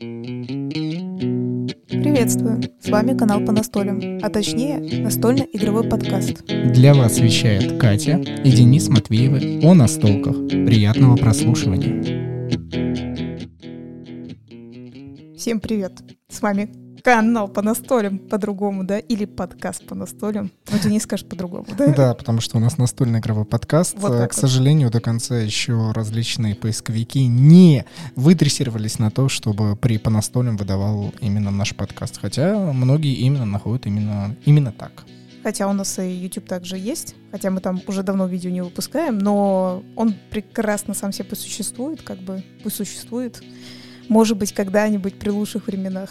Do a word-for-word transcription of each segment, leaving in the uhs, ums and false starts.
Приветствую! С вами канал по настолям, а точнее настольно-игровой подкаст. Для вас вещает Катя и Денис Матвеевы о настолках. Приятного прослушивания. Всем привет! С вами канал по настолям по-другому, да? Или подкаст по настолям. Ну, Денис скажет по-другому, да? Да, потому что у нас настольный игровой подкаст. Вот К вот. сожалению, до конца еще различные поисковики не выдрессировались на то, чтобы при по настолям выдавал именно наш подкаст. Хотя многие именно находят именно, именно так. Хотя у нас и YouTube также есть, хотя мы там уже давно видео не выпускаем, но он прекрасно сам себе посуществует, как бы пусть существует. Может быть, когда-нибудь при лучших временах.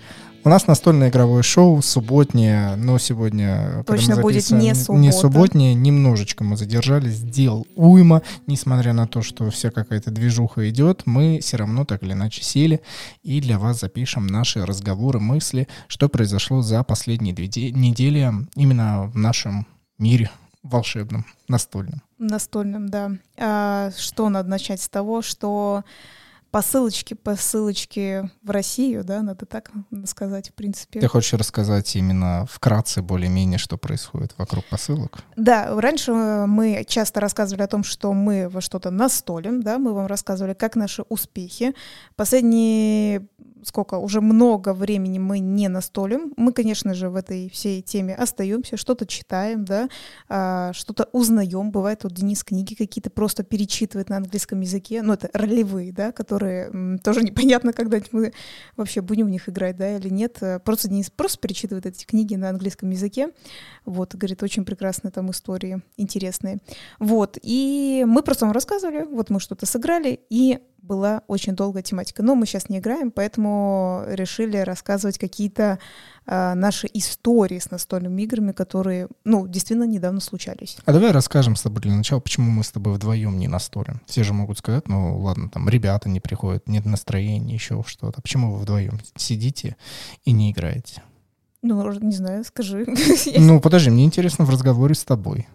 У нас настольное игровое шоу, субботнее, но сегодня... Точно будет не суббота. Не субботнее, немножечко мы задержались, дел уйма, несмотря на то, что вся какая-то движуха идет, мы все равно так или иначе сели и для вас запишем наши разговоры, мысли, что произошло за последние две недели именно в нашем мире волшебном, настольном. Настольном, да. А, что надо начать с того, что... Посылочки, посылочки в Россию, да, надо так сказать, в принципе. Ты хочешь рассказать именно вкратце, более-менее, что происходит вокруг посылок? Да, раньше мы часто рассказывали о том, что мы во что-то настолим, да, мы вам рассказывали, как наши успехи. Последние, сколько, уже много времени мы не настолим. Мы, конечно же, в этой всей теме остаемся, что-то читаем, да, а, что-то узнаем. Бывает, вот Денис книги какие-то просто перечитывает на английском языке, ну, это ролевые, да, которые тоже непонятно, когда мы вообще будем в них играть, да, или нет. Просто Денис просто перечитывает эти книги на английском языке. Вот, говорит, очень прекрасные там истории, интересные. Вот, и мы просто вам рассказывали, вот мы что-то сыграли, и была очень долгая тематика. Но мы сейчас не играем, поэтому решили рассказывать какие-то э, наши истории с настольными играми, которые, ну, действительно недавно случались. А давай расскажем с тобой для начала, почему мы с тобой вдвоем не настолим. Все же могут сказать, ну ладно, там ребята не приходят, нет настроения, еще что-то. Почему вы вдвоем сидите и не играете? Ну, не знаю, скажи. Ну, подожди, мне интересно в разговоре с тобой.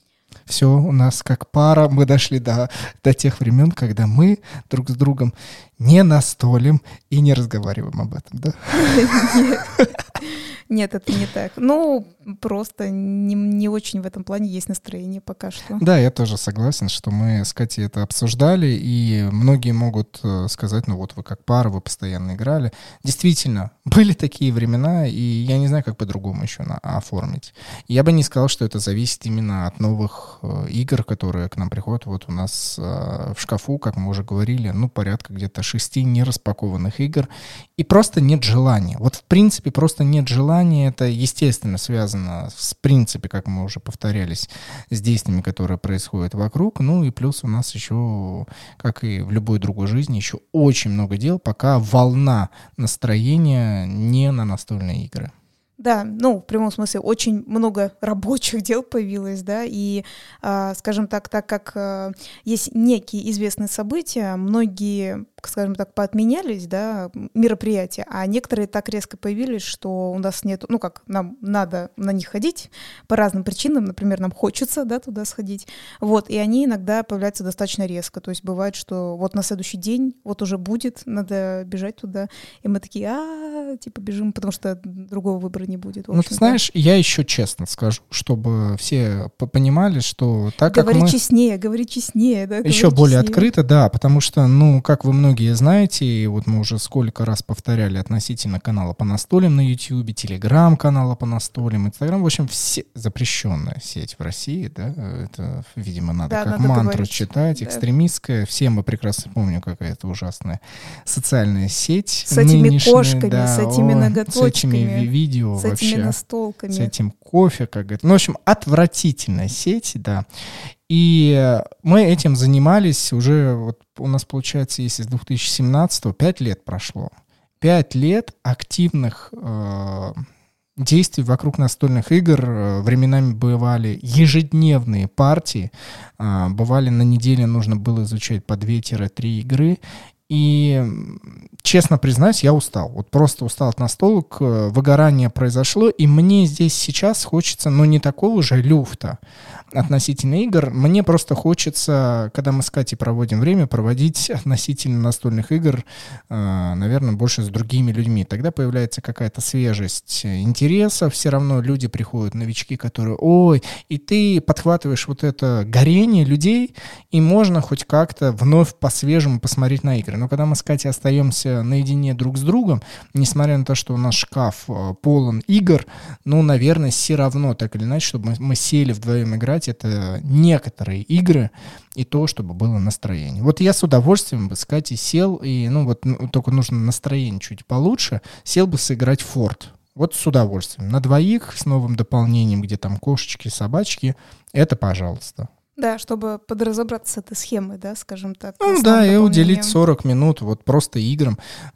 Все у нас как пара, мы дошли до, до тех времен, когда мы друг с другом не настолим и не разговариваем об этом, да? Нет, нет, это не так. Ну, просто не, не очень в этом плане есть настроение пока что. Да, я тоже согласен, что мы с Катей это обсуждали, и многие могут сказать, ну вот вы как пара, вы постоянно играли. Действительно, были такие времена, и я не знаю, как по-другому еще на, оформить. Я бы не сказал, что это зависит именно от новых э, игр, которые к нам приходят. Вот у нас э, в шкафу, как мы уже говорили, ну, порядка где-то шести нераспакованных игр, и просто нет желания. Вот в принципе просто нет желания, это естественно связано с, в принципе, как мы уже повторялись, с действиями, которые происходят вокруг. Ну и плюс у нас еще, как и в любой другой жизни, еще очень много дел, пока волна настроения не на настольные игры. Да, ну, в прямом смысле, очень много рабочих дел появилось, да, и, э, скажем так, так как э, есть некие известные события, многие, скажем так, поотменялись, да, мероприятия, а некоторые так резко появились, что у нас нет, ну, как, нам надо на них ходить по разным причинам, например, нам хочется, да, туда сходить, вот, и они иногда появляются достаточно резко, то есть бывает, что вот на следующий день, вот уже будет, надо бежать туда, и мы такие, а, типа, бежим, потому что другого выбора не будет. Ну, ты знаешь, я еще честно скажу, чтобы все понимали, что так говори как мы... честнее, говори честнее, да? Еще более честнее. Открыто, да, потому что, ну, как вы многие знаете, и вот мы уже сколько раз повторяли относительно канала по настолям на YouTube, телеграм-канала по настолям, Инстаграм, в общем, все запрещенная сеть в России, да, это, видимо, надо да, как надо мантру говорить. Читать, да. Экстремистская, все мы прекрасно помним, какая это ужасная социальная сеть. С этими кошками, да, с этими ноготочками. С этими видео. С этими вообще, настолками. С этим кофе, как говорят. Ну, в общем, отвратительная сеть, да. И мы этим занимались уже, вот у нас получается, если с две тысячи семнадцатого, пять лет прошло. Пять лет активных э, действий вокруг настольных игр. Временами бывали ежедневные партии. Э, бывали на неделе нужно было изучать по две-три игры. И, честно признаюсь, я устал. Вот просто устал от настолок, выгорание произошло, и мне здесь сейчас хочется, ну, не такого же люфта относительно игр. Мне просто хочется, когда мы с Катей проводим время, проводить относительно настольных игр, наверное, больше с другими людьми. Тогда появляется какая-то свежесть интереса. Все равно люди приходят, новички, которые, ой, и ты подхватываешь вот это горение людей, и можно хоть как-то вновь по-свежему посмотреть на игры. Но когда мы с Катей остаемся наедине друг с другом, несмотря на то, что у нас шкаф полон игр, ну, наверное, все равно, так или иначе, чтобы мы, мы сели вдвоем играть, это некоторые игры и то, чтобы было настроение. Вот я с удовольствием бы с Катей сел, и, ну, вот ну, только нужно настроение чуть получше, сел бы сыграть Форт. Вот с удовольствием. На двоих, с новым дополнением, где там кошечки, собачки, это пожалуйста. Да, чтобы подразобраться с этой схемой, да, скажем так. Ну да, и уделить сорок минут вот просто играм.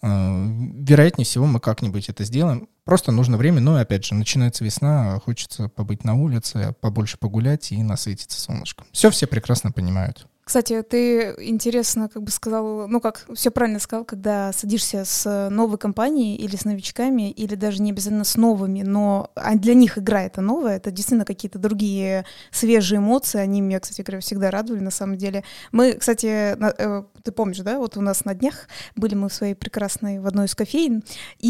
Вероятнее всего мы как-нибудь это сделаем. Просто нужно время, но опять же, начинается весна, хочется побыть на улице, побольше погулять и насытиться солнышком. Все все прекрасно понимают. Кстати, ты интересно как бы сказал, ну как, все правильно сказал, когда садишься с новой компанией или с новичками, или даже не обязательно с новыми, но для них игра это новая, это действительно какие-то другие свежие эмоции, они меня, кстати говоря, всегда радовали на самом деле. Мы, кстати, ты помнишь, да, вот у нас на днях были мы в своей прекрасной, в одной из кофеин,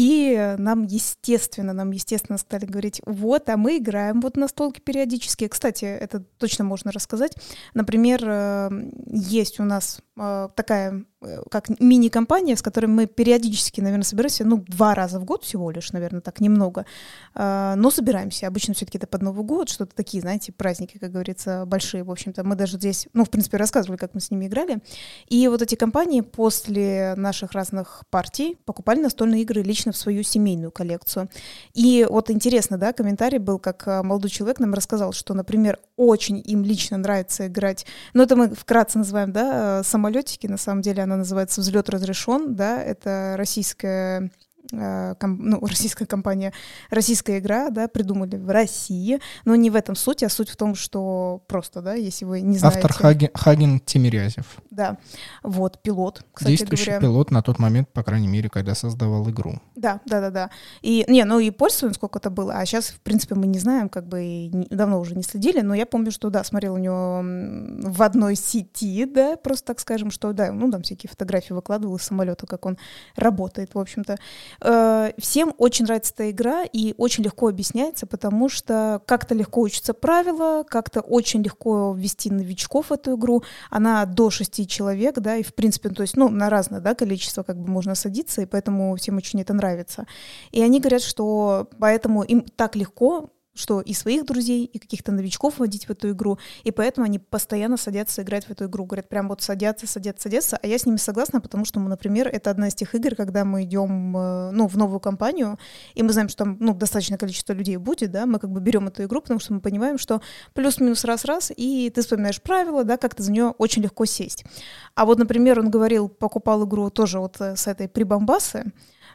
и нам, естественно, нам, естественно, стали говорить, вот, а мы играем вот настолки периодически. Кстати, это точно можно рассказать. Например, есть у нас э, такая, э, как мини-компания, с которой мы периодически, наверное, собираемся, ну, два раза в год всего лишь, наверное, так немного, э, но собираемся. Обычно все-таки это под Новый год, что-то такие, знаете, праздники, как говорится, большие, в общем-то. Мы даже здесь, ну, в принципе, рассказывали, как мы с ними играли. И вот эти компании после наших разных партий покупали настольные игры лично в свою семейную коллекцию. И вот интересно, да, комментарий был, как молодой человек нам рассказал, что, например, очень им лично нравится играть, ну, это мы вкратце называем, да, самолетики, на самом деле она называется «Взлет разрешен», да, это российская, э, ком, ну, российская компания, российская игра, да, придумали в России, но не в этом суть, а суть в том, что просто, да, если вы не знаете. Автор Хаген, Хаген Тимирязев. Да, вот, пилот, кстати Действующий говоря. пилот на тот момент, по крайней мере, когда создавал игру. Да, да, да, да. И, не, ну и пользуем, сколько это было, а сейчас, в принципе, мы не знаем, как бы и не, давно уже не следили, но я помню, что, да, смотрел у него в одной сети, да, просто так скажем, что, да, ну, там всякие фотографии выкладывал из самолета, как он работает, в общем-то. Э, всем очень нравится эта игра и очень легко объясняется, потому что как-то легко учатся правила, как-то очень легко ввести новичков в эту игру, она до шести человек, да, и, в принципе, то есть, ну, на разное, да, количество как бы можно садиться, и поэтому всем очень это нравится. И они говорят, что поэтому им так легко, что и своих друзей, и каких-то новичков вводить в эту игру, и поэтому они постоянно садятся играть в эту игру. Говорят, прям вот садятся, садятся, садятся, а я с ними согласна, потому что мы, например, это одна из тех игр, когда мы идем, ну, в новую компанию, и мы знаем, что там, ну, достаточное количество людей будет, да, мы как бы берем эту игру, потому что мы понимаем, что плюс-минус раз-раз, и ты вспоминаешь правила, да, как-то за нее очень легко сесть. А вот, например, он говорил, покупал игру тоже вот с этой прибамбасы,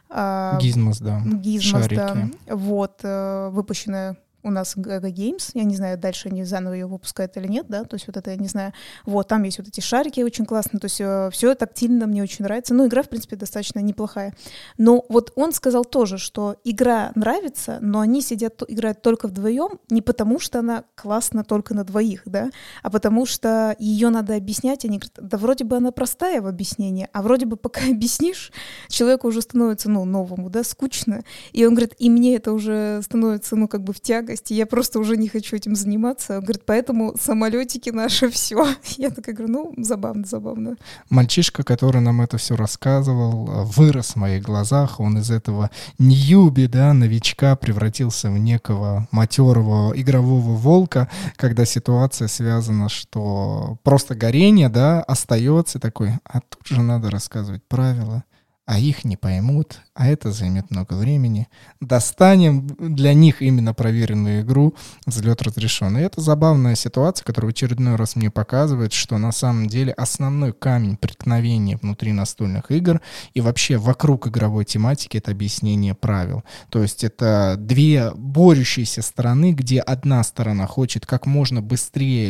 Гизмос, да. Гизмос, да. Вот, выпущенная у нас Gaga Games, я не знаю, дальше они заново ее выпускают или нет, да, то есть вот это я не знаю. Вот, там есть вот эти шарики очень классные, то есть э, все тактильно, мне очень нравится. Ну, игра, в принципе, достаточно неплохая. Но вот он сказал тоже, что игра нравится, но они сидят, играют только вдвоем, не потому что она классна только на двоих, да, а потому что ее надо объяснять. Они говорят, да вроде бы она простая в объяснении, а вроде бы пока объяснишь, человеку уже становится, ну, новому, да, скучно. И он говорит, и мне это уже становится, ну, как бы в тягость, я просто уже не хочу этим заниматься. Он говорит, поэтому самолетики наши все. Я такая говорю, ну, забавно, забавно. Мальчишка, который нам это все рассказывал, вырос в моих глазах. Он из этого ньюби, да, новичка превратился в некого матерого игрового волка, когда ситуация связана, что просто горение, да, остается такой, а тут же надо рассказывать правила. А их не поймут, а это займет много времени. Достанем для них именно проверенную игру «Взлет разрешен». И это забавная ситуация, которая в очередной раз мне показывает, что на самом деле основной камень преткновения внутри настольных игр и вообще вокруг игровой тематики — это объяснение правил. То есть это две борющиеся стороны, где одна сторона хочет как можно быстрее,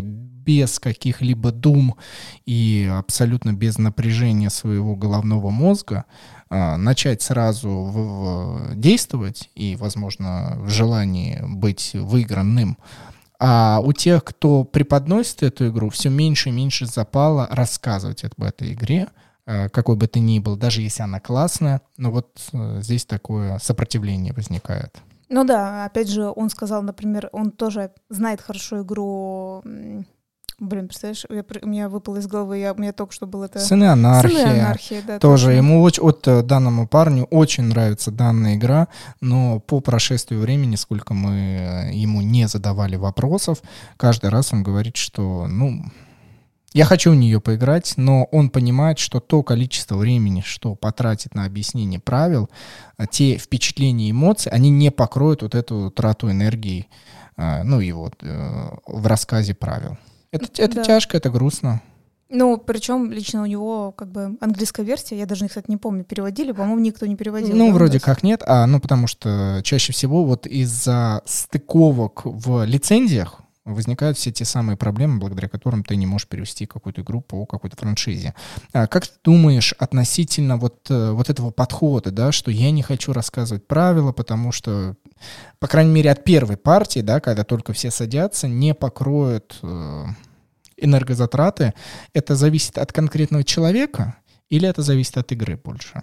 без каких-либо дум и абсолютно без напряжения своего головного мозга начать сразу в, в, действовать и, возможно, в желании быть выигранным. А у тех, кто преподносит эту игру, все меньше и меньше запала рассказывать об этой игре, какой бы ты ни был, даже если она классная, но вот здесь такое сопротивление возникает. Ну да, опять же, он сказал, например, он тоже знает хорошо игру... Блин, представляешь, я, у меня выпало из головы, я, у меня только что было это... Сыны анархии. Сыны анархии, да. Тоже точно. ему очень, вот данному парню очень нравится данная игра, но по прошествию времени, сколько мы ему не задавали вопросов, каждый раз он говорит, что, ну... Я хочу в нее поиграть, но он понимает, что то количество времени, что потратит на объяснение правил, те впечатления и эмоции, они не покроют вот эту трату энергии, ну и вот в рассказе правил. Это, это да. Тяжко, это грустно. Ну, причем лично у него как бы английская версия, я даже, кстати, не помню, переводили, по-моему, никто не переводил. Ну, да, вроде как нет, а, ну, потому что чаще всего вот из-за стыковок в лицензиях возникают все те самые проблемы, благодаря которым ты не можешь перевести какую-то игру по какой-то франшизе. А как ты думаешь относительно вот, вот этого подхода, да, что я не хочу рассказывать правила, потому что, по крайней мере, от первой партии, да, когда только все садятся, не покроют э, энергозатраты, это зависит от конкретного человека или это зависит от игры больше?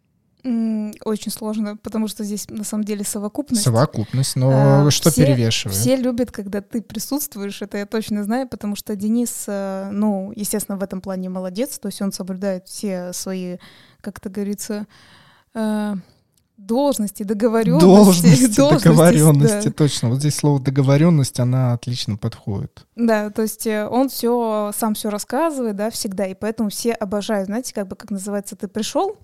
Очень сложно, потому что здесь на самом деле совокупность. Совокупность, но а, что все, перевешивает? Все любят, когда ты присутствуешь, это я точно знаю, потому что Денис, ну, естественно, в этом плане молодец, то есть он соблюдает все свои, как это говорится, должности, договоренности. Должности, должности договоренности, да. Точно. Вот здесь слово договоренность, она отлично подходит. Да, то есть он все сам все рассказывает, да, всегда, и поэтому все обожают, знаете, как бы, как называется, ты пришел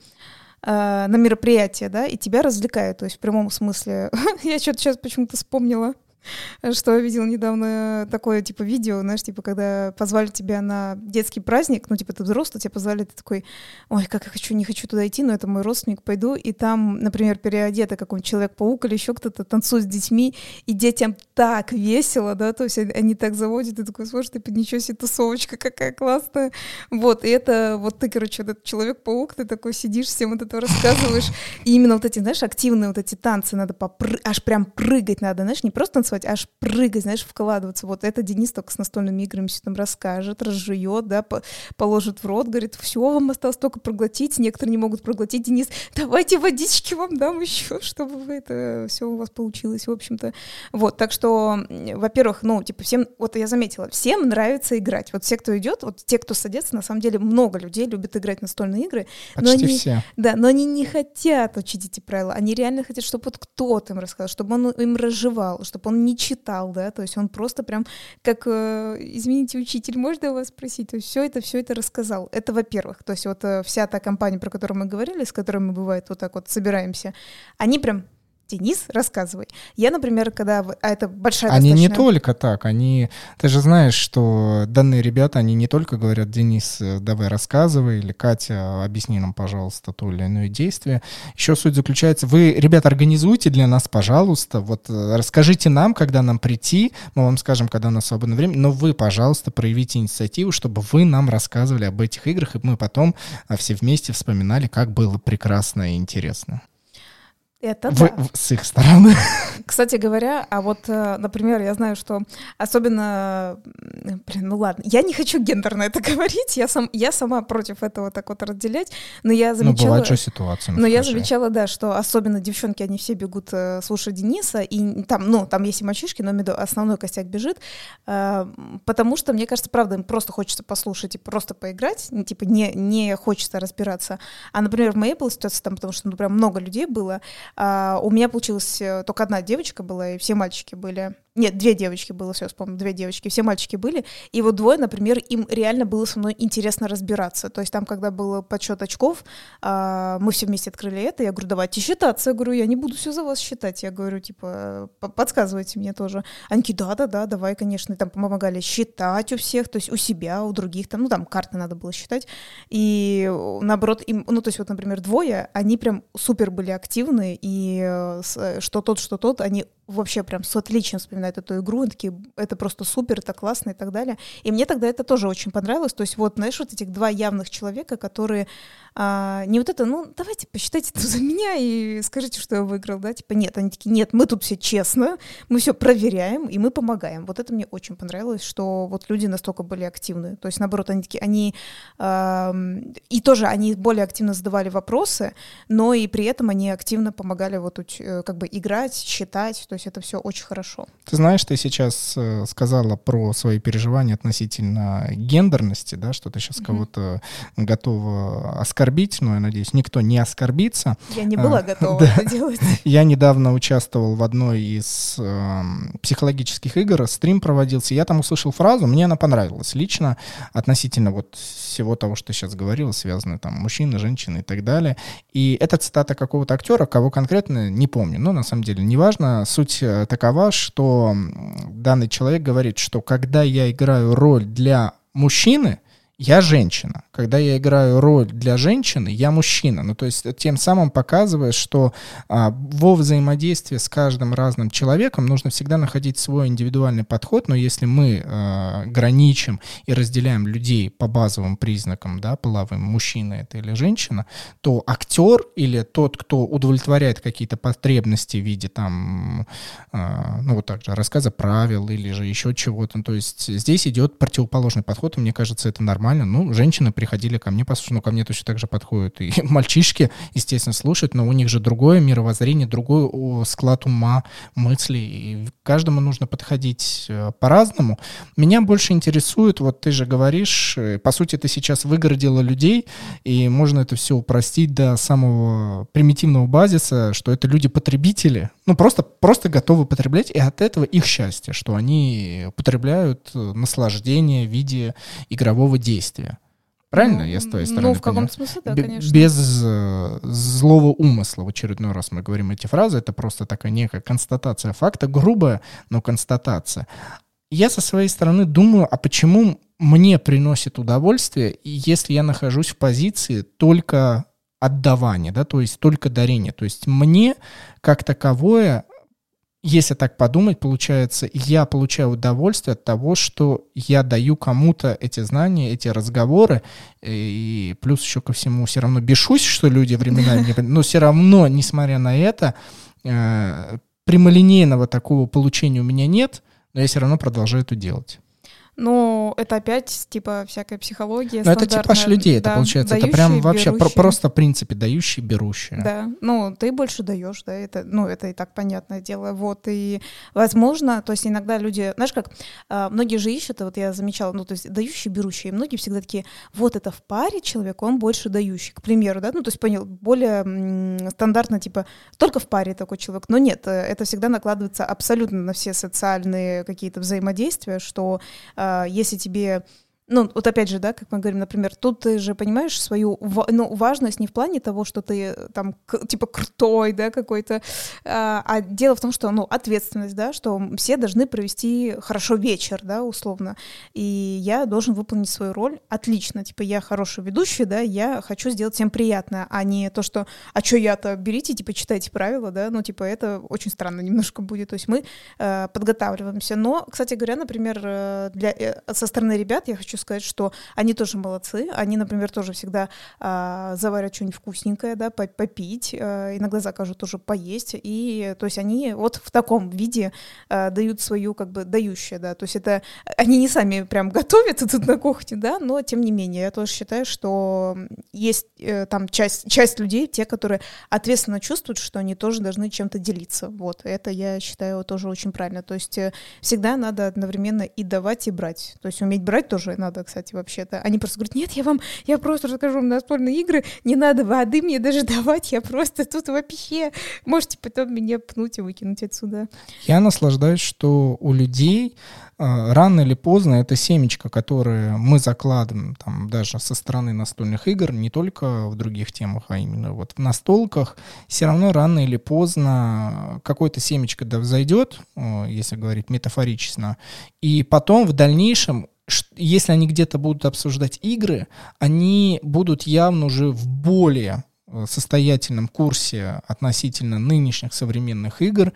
на мероприятие, да, и тебя развлекают, то есть в прямом смысле. Я что-то сейчас почему-то вспомнила, что я видела недавно такое, типа, видео, знаешь, типа, когда позвали тебя на детский праздник, ну, типа, ты взрослый, тебя позвали, ты такой, ой, как я хочу, не хочу туда идти, но это мой родственник, пойду, и там, например, переодетый какой-нибудь Человек-паук или еще кто-то танцует с детьми, и детям так весело, да, то есть они так заводят, и такой, слушай, ты ничего себе, тусовочка какая классная, вот, и это, вот ты, короче, вот этот Человек-паук, ты такой сидишь, всем вот это рассказываешь, и именно вот эти, знаешь, активные вот эти танцы надо попры... аж прям прыгать надо, знаешь, не просто танцевать, аж прыгать, знаешь, вкладываться. Вот это Денис только с настольными играми все там расскажет, разжует, да, по- положит в рот, говорит, все, вам осталось только проглотить, некоторые не могут проглотить. Денис, давайте водички вам дам еще, чтобы вы это все у вас получилось, в общем-то. Вот, так что, во-первых, ну, типа, всем, вот я заметила, всем нравится играть. Вот все, кто идет, вот те, кто садится, на самом деле много людей любят играть в настольные игры. Почти но они, все. Да, но они не хотят учить эти правила, они реально хотят, чтобы вот кто-то им рассказал, чтобы он им разжевал, чтобы он не читал, да, то есть он просто прям как, э, извините, учитель, можно я вас спросить? То есть все это, все это рассказал. Это, во-первых, то есть вот э, вся та компания, про которую мы говорили, с которой мы, бывает, вот так вот собираемся, они прям Денис, рассказывай. Я, например, когда... А это большая Они достаточно... не только так, они... Ты же знаешь, что данные ребята, они не только говорят, Денис, давай рассказывай, или Катя, объясни нам, пожалуйста, то или иное действие. Еще суть заключается, вы, ребята, организуйте для нас, пожалуйста, вот расскажите нам, когда нам прийти, мы вам скажем, когда у нас свободное время, но вы, пожалуйста, проявите инициативу, чтобы вы нам рассказывали об этих играх, и мы потом все вместе вспоминали, как было прекрасно и интересно. Это в, да. В, с их стороны. Кстати говоря, а вот, например, я знаю, что особенно... Блин, ну ладно, я не хочу гендерно это говорить, я, сам, я сама против этого так вот разделять, но я замечала... Ну, бывает же ситуация. Но я замечала, да, что особенно девчонки, они все бегут слушать Дениса, и там, ну, там есть и мальчишки, но основной костяк бежит, потому что, мне кажется, правда, им просто хочется послушать и просто поиграть, типа не, не хочется разбираться. А, например, в моей была ситуация там, потому что, ну, прям много людей было, Uh, у меня получилась только одна девочка была, и все мальчики были. Нет, две девочки было, все, вспомнил, две девочки, все мальчики были. И вот двое, например, им реально было со мной интересно разбираться. То есть там, когда был подсчет очков, uh, мы все вместе открыли это, я говорю, давайте считаться. Я говорю, я не буду все за вас считать. Я говорю, типа, подсказывайте мне тоже. Они такие, да-да-да, давай, конечно. И там помогали считать у всех, то есть у себя, у других. Там, ну, там карты надо было считать. И наоборот, им, ну, то есть вот, например, двое, они прям супер были активны, и что тот, что тот, они вообще прям с отлично вспоминают эту игру, они такие, это просто супер, это классно и так далее. И мне тогда это тоже очень понравилось. То есть вот, знаешь, вот этих два явных человека, которые а, не вот это, ну, давайте посчитайте это за меня и скажите, что я выиграл, да, типа нет, они такие, нет, мы тут все честно, мы все проверяем и мы помогаем. Вот это мне очень понравилось, что вот люди настолько были активны. То есть наоборот, они такие, они а, и тоже они более активно задавали вопросы, но и при этом они активно помогали вот как бы играть, считать, то есть это все очень хорошо. Ты знаешь, ты сейчас э, сказала про свои переживания относительно гендерности, да, что ты сейчас mm-hmm. кого-то готова оскорбить, но я надеюсь, никто не оскорбится. Я не была а, готова да. это делать. Я недавно участвовал в одной из э, психологических игр, стрим проводился, я там услышал фразу, мне она понравилась лично относительно вот всего того, что ты сейчас говорила, связано там мужчины, женщины и так далее. И это цитата какого-то актера, кого конкретно не помню, но на самом деле неважно. Суть такова, что данный человек говорит, что когда я играю роль для мужчины, я женщина. Когда я играю роль для женщины, я мужчина. Ну, то есть тем самым показывая, что а, во взаимодействии с каждым разным человеком нужно всегда находить свой индивидуальный подход, но если мы а, граничим и разделяем людей по базовым признакам, да, половым, мужчина это или женщина, то актер или тот, кто удовлетворяет какие-то потребности в виде там, а, ну, вот так же, рассказа правил или же еще чего-то, то есть здесь идет противоположный подход, и мне кажется, это нормально. Ну, женщины приходили ко мне, послушать, ну, ко мне точно так же подходят. И мальчишки, естественно, слушают, но у них же другое мировоззрение, другой склад ума, мыслей. И каждому нужно подходить по-разному. Меня больше интересует, вот ты же говоришь, по сути, ты сейчас выгородила людей, и можно это все упростить до самого примитивного базиса, что это люди-потребители, ну, просто, просто готовы потреблять, и от этого их счастье, что они потребляют наслаждение в виде игрового действия. Правильно? Ну, я с твоей стороны Ну, в понимаю? каком-то смысле, да, конечно. Без э, злого умысла. В очередной раз мы говорим эти фразы. Это просто такая некая констатация факта. Грубая, но констатация. Я со своей стороны думаю, а почему мне приносит удовольствие, если я нахожусь в позиции только отдавания, да, то есть только дарения. То есть мне, как таковое, если так подумать, получается, я получаю удовольствие от того, что я даю кому-то эти знания, эти разговоры, и плюс еще ко всему все равно бешусь, что люди временами, но все равно, несмотря на это, прямолинейного такого получения у меня нет, но я все равно продолжаю это делать. Ну, это опять, типа, всякая психология. Но это типаж людей, да, это получается, это прям вообще про- просто в принципе дающие, берущие. Да, ну, ты больше даешь, да, это, ну, это и так понятное дело, вот, и, возможно, то есть иногда люди, знаешь, как, а, многие же ищут, вот я замечала, ну, то есть дающие, берущие, и многие всегда такие, вот это в паре человек, он больше дающий, к примеру, да, ну, то есть, понял, более м- стандартно, типа, только в паре такой человек, но нет, это всегда накладывается абсолютно на все социальные какие-то взаимодействия, что если тебе, ну, вот опять же, да, как мы говорим, например, тут ты же понимаешь свою, ну, важность не в плане того, что ты там, к, типа, крутой, да, какой-то, а, а дело в том, что, ну, ответственность, да, что все должны провести хорошо вечер, да, условно, и я должен выполнить свою роль отлично, типа, я хороший ведущий, да, я хочу сделать всем приятно, а не то, что, а что я-то, берите, типа, читайте правила, да, ну, типа, это очень странно немножко будет, то есть мы э, подготавливаемся, но, кстати говоря, например, для, э, со стороны ребят я хочу сказать, что они тоже молодцы, они, например, тоже всегда а, заварят что-нибудь вкусненькое, да, попить, а, иногда закажут тоже поесть, и, то есть, они вот в таком виде а, дают свою, как бы, дающее, да, то есть это, они не сами прям готовят тут на кухне, да, но, тем не менее, я тоже считаю, что есть э, там часть, часть людей, те, которые ответственно чувствуют, что они тоже должны чем-то делиться, вот, это, я считаю, тоже очень правильно, то есть э, всегда надо одновременно и давать, и брать, то есть уметь брать тоже надо, кстати, вообще-то. Они просто говорят, нет, я вам, я просто расскажу вам настольные игры, не надо воды мне даже давать, я просто тут вообще, можете потом меня пнуть и выкинуть отсюда. Я наслаждаюсь, что у людей э, рано или поздно это семечко, которое мы закладываем там даже со стороны настольных игр, не только в других темах, а именно вот в настолках, все равно рано или поздно какое-то семечко да взойдет, э, если говорить метафорично, и потом в дальнейшем если они где-то будут обсуждать игры, они будут явно уже в более состоятельном курсе относительно нынешних современных игр,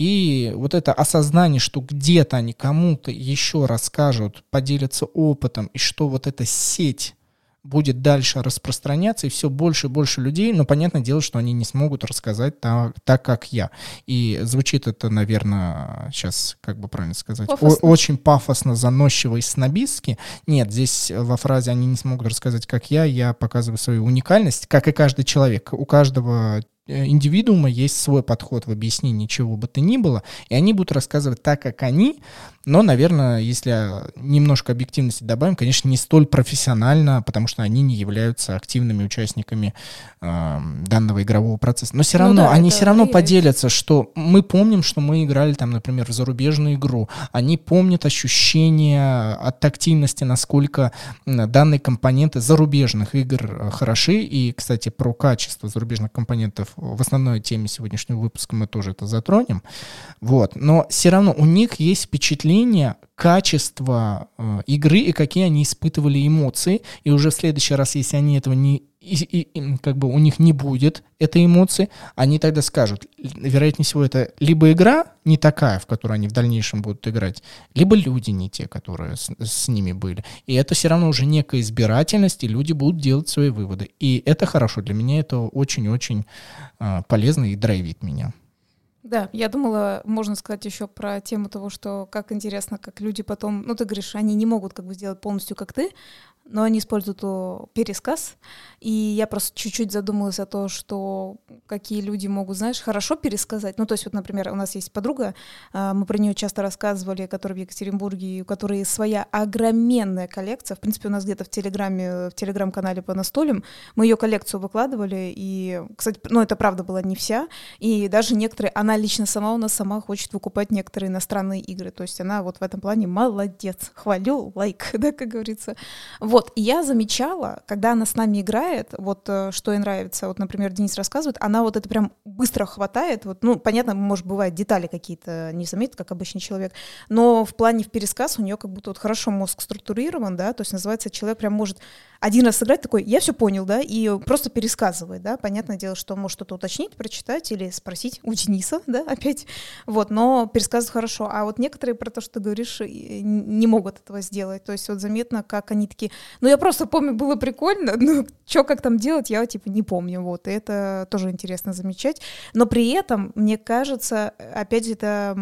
и вот это осознание, что где-то они кому-то еще расскажут, поделятся опытом, и что вот эта сеть будет дальше распространяться, и все больше и больше людей, но понятное дело, что они не смогут рассказать так, так как я. И звучит это, наверное, сейчас, как бы правильно сказать, пафосно. О- очень пафосно, заносчиво и снобистски. Нет, здесь во фразе «они не смогут рассказать, как я», я показываю свою уникальность, как и каждый человек. У каждого индивидуума есть свой подход в объяснении чего бы то ни было, и они будут рассказывать так, как они, но, наверное, если немножко объективности добавим, конечно, не столь профессионально, потому что они не являются активными участниками э, данного игрового процесса. Но все равно, ну да, они все равно влияет. Поделятся, что мы помним, что мы играли, там, например, в зарубежную игру. Они помнят ощущение от тактильности, насколько данные компоненты зарубежных игр хороши. И, кстати, про качество зарубежных компонентов в основной теме сегодняшнего выпуска мы тоже это затронем. Вот. Но все равно у них есть впечатление качества э, игры и какие они испытывали эмоции. И уже в следующий раз, если они этого не и, и, и, как бы у них не будет этой эмоции, они тогда скажут, вероятнее всего, это либо игра не такая, в которую они в дальнейшем будут играть, либо люди не те, которые с, с ними были. И это все равно уже некая избирательность, и люди будут делать свои выводы. И это хорошо. Для меня это очень-очень э, полезно и драйвит меня. Да, я думала, можно сказать еще про тему того, что как интересно, как люди потом, ну ты говоришь, они не могут как бы сделать полностью как ты, но они используют пересказ, и я просто чуть-чуть задумалась о том, что какие люди могут, знаешь, хорошо пересказать. Ну, то есть вот, например, у нас есть подруга, мы про нее часто рассказывали, которая в Екатеринбурге, у которой своя огроменная коллекция. В принципе, у нас где-то в Телеграме, в Телеграм-канале по настолям мы ее коллекцию выкладывали, и, кстати, ну, это правда была не вся, и даже некоторые, она лично сама у нас сама хочет выкупать некоторые иностранные игры, то есть она вот в этом плане молодец, хвалю, лайк, да, как говорится. Вот, и я замечала, когда она с нами играет, вот что ей нравится, вот, например, Денис рассказывает, она вот это прям быстро хватает, вот, ну, понятно, может, бывают детали какие-то не заметит, как обычный человек, но в плане в пересказ у нее как будто вот хорошо мозг структурирован, да, то есть называется, человек прям может один раз сыграть такой, я все понял, да, и просто пересказывает, да, понятное дело, что он может что-то уточнить, прочитать или спросить у Дениса, да, опять, вот, но пересказывает хорошо, а вот некоторые про то, что ты говоришь, не могут этого сделать, то есть вот заметно, как они такие, ну, я просто помню, было прикольно, ну, что как там делать, я, типа, не помню, вот, и это тоже интересно замечать, но при этом, мне кажется, опять же, это,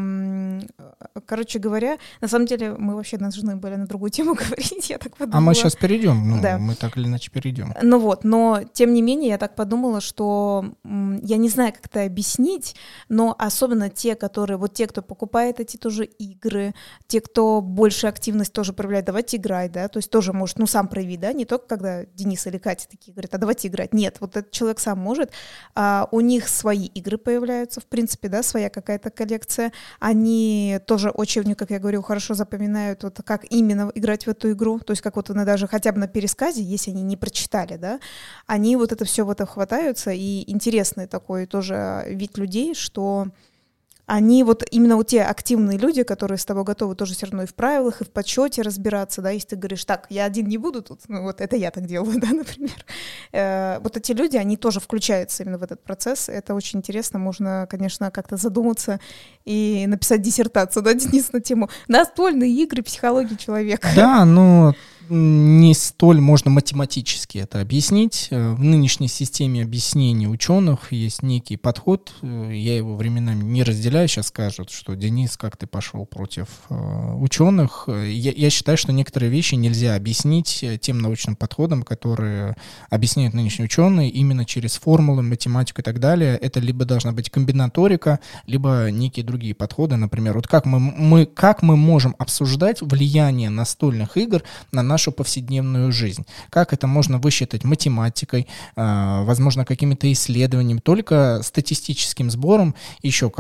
короче говоря, на самом деле, мы вообще должны были на другую тему говорить, я так подумала. А мы сейчас перейдем, ну, да. мы так или иначе перейдем. Ну вот, но, тем не менее, я так подумала, что, я не знаю, как это объяснить, но особенно те, которые, вот те, кто покупает эти тоже игры, те, кто больше активность тоже проявляет, давайте играть, да, то есть тоже может, ну, сам проявить, да, не только когда Денис или Катя такие говорят, а давайте играть, нет, вот этот человек сам может, а у них свои игры появляются, в принципе, да, своя какая-то коллекция, они тоже очень, как я говорю, хорошо запоминают, вот как именно играть в эту игру, то есть как вот даже хотя бы на пересказе, если они не прочитали, да, они вот это все вот хватаются, и интересный такой тоже вид людей, что они вот именно вот те активные люди, которые с тобой готовы тоже все равно и в правилах, и в подсчете разбираться, да, если ты говоришь, так, я один не буду тут, ну вот это я так делаю, да, например. Э, вот эти люди, они тоже включаются именно в этот процесс, это очень интересно, можно, конечно, как-то задуматься и написать диссертацию, да, Денис, на тему настольные игры, психологии человека. Да, но не столь можно математически это объяснить. В нынешней системе объяснений ученых есть некий подход, я его временами не разделяю, сейчас скажут, что Денис, как ты пошел против э, ученых. Я, я считаю, что некоторые вещи нельзя объяснить тем научным подходом, которые объясняют нынешние ученые именно через формулы, математику и так далее. Это либо должна быть комбинаторика, либо некие другие подходы. Например, вот как мы, мы, как мы можем обсуждать влияние настольных игр на наш нашу повседневную жизнь. Как это можно высчитать математикой, возможно, какими-то исследованиями, только статистическим сбором, еще как-то. Но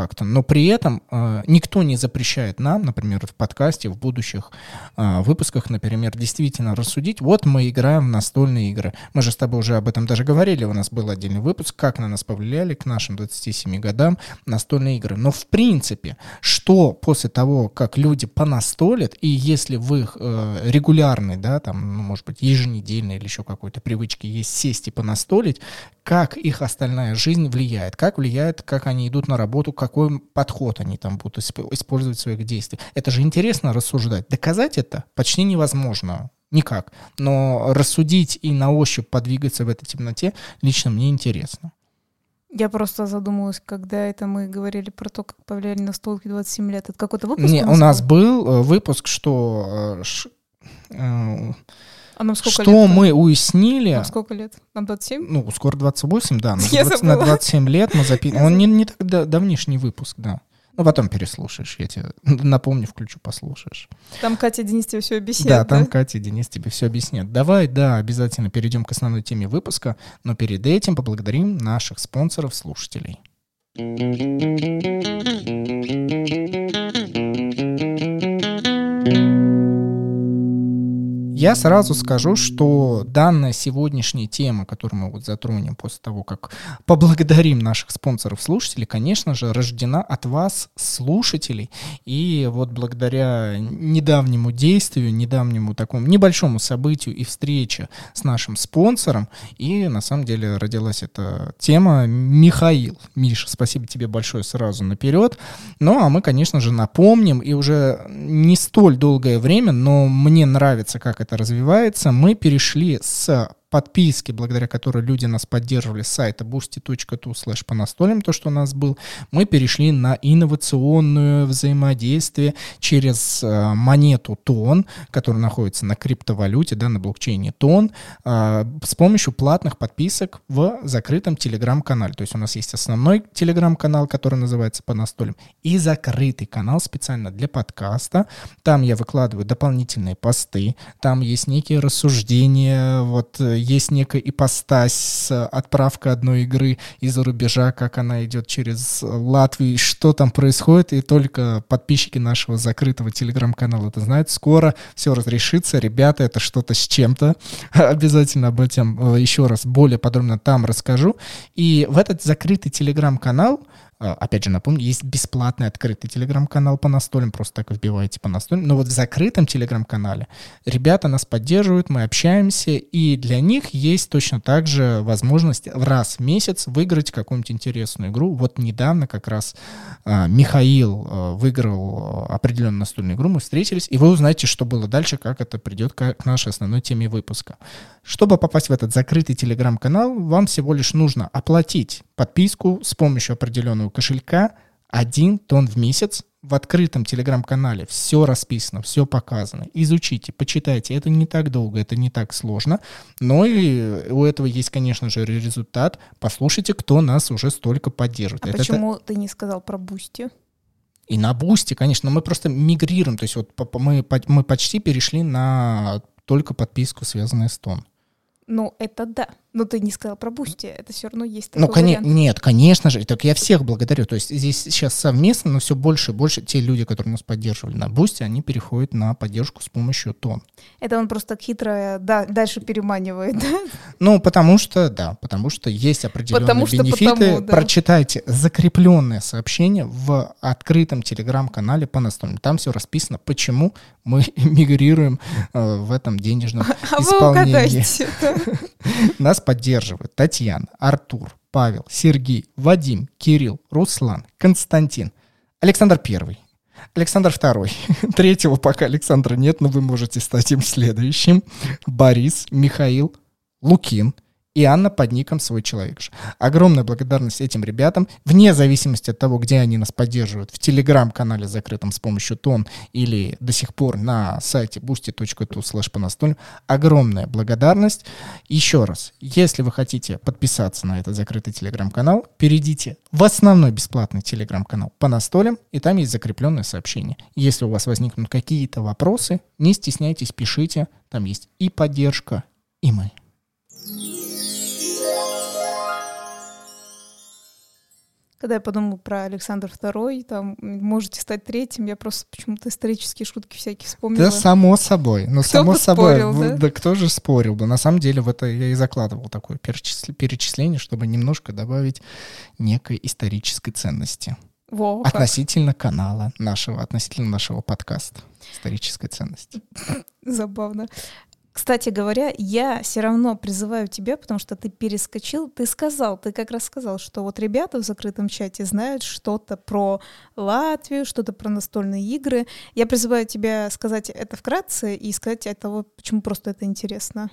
при этом э, никто не запрещает нам, например, в подкасте, в будущих э, выпусках, например, действительно рассудить, вот мы играем в настольные игры. Мы же с тобой уже об этом даже говорили, у нас был отдельный выпуск, как на нас повлияли к нашим двадцати семи годам настольные игры. Но в принципе, что после того, как люди понастолят, и если в их э, регулярной, да, там, ну, может быть, еженедельной или еще какой-то привычке есть сесть и понастолить, как их остальная жизнь влияет, как влияет, как они идут на работу, какой подход они там будут использовать в своих действиях. Это же интересно рассуждать. Доказать это почти невозможно. Никак. Но рассудить и на ощупь подвигаться в этой темноте лично мне интересно. Я просто задумалась, когда это мы говорили про то, как повлияли настолки двадцать семь лет. Это какой-то выпуск? Не, у нас был выпуск, что... Э, А нам сколько что лет? мы уяснили... Нам сколько лет? Нам двадцать семь? Ну, скоро двадцать восемь, да. Я двадцать, на двадцать семь лет мы записывали. Он не, не так да, давнишний выпуск, да. Ну, потом переслушаешь, я тебе напомню, включу, послушаешь. Там Катя и Денис тебе все объяснят, да? Да, там да? Катя и Денис тебе все объяснят. Давай, да, обязательно перейдем к основной теме выпуска, но перед этим поблагодарим наших спонсоров-слушателей. Я сразу скажу, что данная сегодняшняя тема, которую мы вот затронем после того, как поблагодарим наших спонсоров-слушателей, конечно же, рождена от вас, слушателей. И вот благодаря недавнему действию, недавнему такому небольшому событию и встрече с нашим спонсором, и на самом деле родилась эта тема. Михаил, Миша, спасибо тебе большое сразу наперед. Ну, а мы, конечно же, напомним, и уже не столь долгое время, но мне нравится, как это развивается, мы перешли с подписки, благодаря которой люди нас поддерживали с сайта boosty точка tu слэш по настольным, то, что у нас был, мы перешли на инновационное взаимодействие через э, монету тон, которая находится на криптовалюте, да, на блокчейне тон, э, с помощью платных подписок в закрытом телеграм-канале. То есть у нас есть основной телеграм-канал, который называется по настольным, и закрытый канал специально для подкаста. Там я выкладываю дополнительные посты, там есть некие рассуждения, вот есть некая ипостась с отправкой одной игры из-за рубежа, как она идет через Латвию, что там происходит, и только подписчики нашего закрытого телеграм-канала это знают. Скоро все разрешится, ребята, это что-то с чем-то. Обязательно об этом еще раз более подробно там расскажу. И в этот закрытый телеграм-канал, опять же, напомню, есть бесплатный открытый телеграм-канал по настольным, просто так вбиваете по настольным. Но вот в закрытом телеграм-канале ребята нас поддерживают, мы общаемся, и для них есть точно так же возможность в раз в месяц выиграть какую-нибудь интересную игру. Вот недавно как раз а, Михаил а, выиграл определенную настольную игру, мы встретились, и вы узнаете, что было дальше, как это придет к, к нашей основной теме выпуска. Чтобы попасть в этот закрытый телеграм-канал, вам всего лишь нужно оплатить подписку с помощью определенного кошелька один тон в месяц. В открытом телеграм-канале все расписано, все показано. Изучите, почитайте. Это не так долго, это не так сложно. Но и у этого есть, конечно же, результат. Послушайте, кто нас уже столько поддерживает. А это, почему это... ты не сказал про Boosty? И на Boosty, конечно, мы просто мигрируем. То есть вот мы, мы почти перешли на только подписку, связанную с тон. Ну, это да. Но ты не сказал про Boosty, это все равно есть такой ну, кон- вариант. Нет, конечно же, так я всех благодарю. То есть здесь сейчас совместно, но все больше и больше те люди, которые нас поддерживали на Boosty, они переходят на поддержку с помощью тон. Это он просто так хитро да, дальше переманивает, да? Ну, потому что, да, потому что есть определенные потому что бенефиты. Потому, да. Прочитайте закрепленное сообщение в открытом телеграм-канале по настольным. Там все расписано, почему мы мигрируем э, в этом денежном а исполнении. А вы угадайте. Нас поддерживают Татьяна, Артур, Павел, Сергей, Вадим, Кирилл, Руслан, Константин, Александр Первый, Александр Второй. Третьего пока Александра нет, но вы можете стать им следующим. Борис, Михаил, Лукин и Анна под ником «Свой человек». Огромная благодарность этим ребятам, вне зависимости от того, где они нас поддерживают, в телеграм-канале закрытом с помощью тон или до сих пор на сайте boosty точка tu слэш по настольным. Огромная благодарность. Еще раз, если вы хотите подписаться на этот закрытый телеграм-канал, перейдите в основной бесплатный телеграм-канал по настолям, и там есть закрепленное сообщение. Если у вас возникнут какие-то вопросы, не стесняйтесь, пишите. Там есть и поддержка, и мы. Когда я подумала про Александр второй, там, можете стать третьим, я просто почему-то исторические шутки всякие вспомнила. Да, само собой. Ну, кто само бы собой. спорил, да? Да кто же спорил бы? На самом деле в это я и закладывал такое перечис- перечисление, чтобы немножко добавить некой исторической ценности. Во, относительно как. канала нашего, относительно нашего подкаста. Исторической ценности. Забавно. Кстати говоря, я все равно призываю тебя, потому что ты перескочил, ты сказал, ты как раз сказал, что вот ребята в закрытом чате знают что-то про Латвию, что-то про настольные игры. Я призываю тебя сказать это вкратце и сказать от того, почему просто это интересно.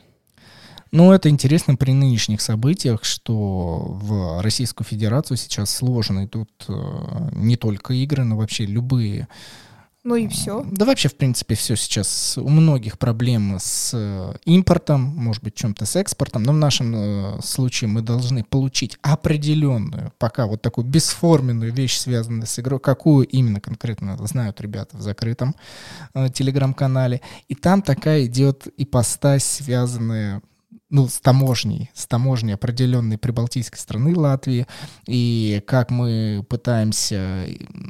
Ну, это интересно при нынешних событиях, что в Российскую Федерацию сейчас сложно идут не только игры, но вообще любые. Ну и все. Да вообще, в принципе, все сейчас. У многих проблемы с импортом, может быть, чем-то с экспортом, но в нашем случае мы должны получить определенную, пока вот такую бесформенную вещь, связанную с игрой, какую именно конкретно знают ребята в закрытом э, телеграм-канале. И там такая идет ипостась, связанная... ну, с таможней, с таможней определенной прибалтийской страны Латвии, и как мы пытаемся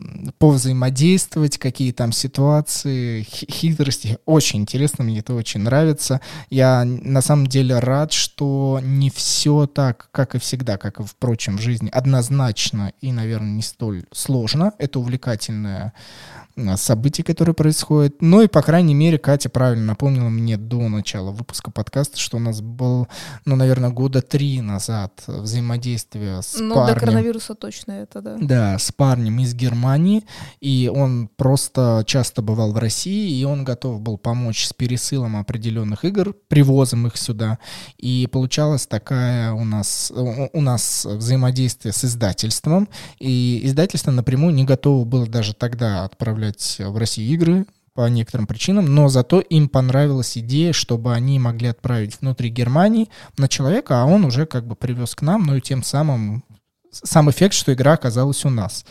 повзаимодействовать, какие там ситуации, хитрости. Очень интересно, мне это очень нравится. Я на самом деле рад, что не все так, как и всегда, как и, впрочем, в жизни, однозначно и, наверное, не столь сложно. Это увлекательное события, которые происходят. Ну и, по крайней мере, Катя правильно напомнила мне до начала выпуска подкаста, что у нас был, ну, наверное, года три назад взаимодействие с ну, парнем. Ну, до коронавируса точно это, да. Да, с парнем из Германии, и он просто часто бывал в России, и он готов был помочь с пересылом определенных игр, привозом их сюда, и получалось такая у нас, у нас взаимодействие с издательством, и издательство напрямую не готово было даже тогда отправлять в Россию игры по некоторым причинам, но зато им понравилась идея, чтобы они могли отправить внутри Германии на человека, а он уже как бы привез к нам, ну и тем самым сам эффект, что игра оказалась у нас.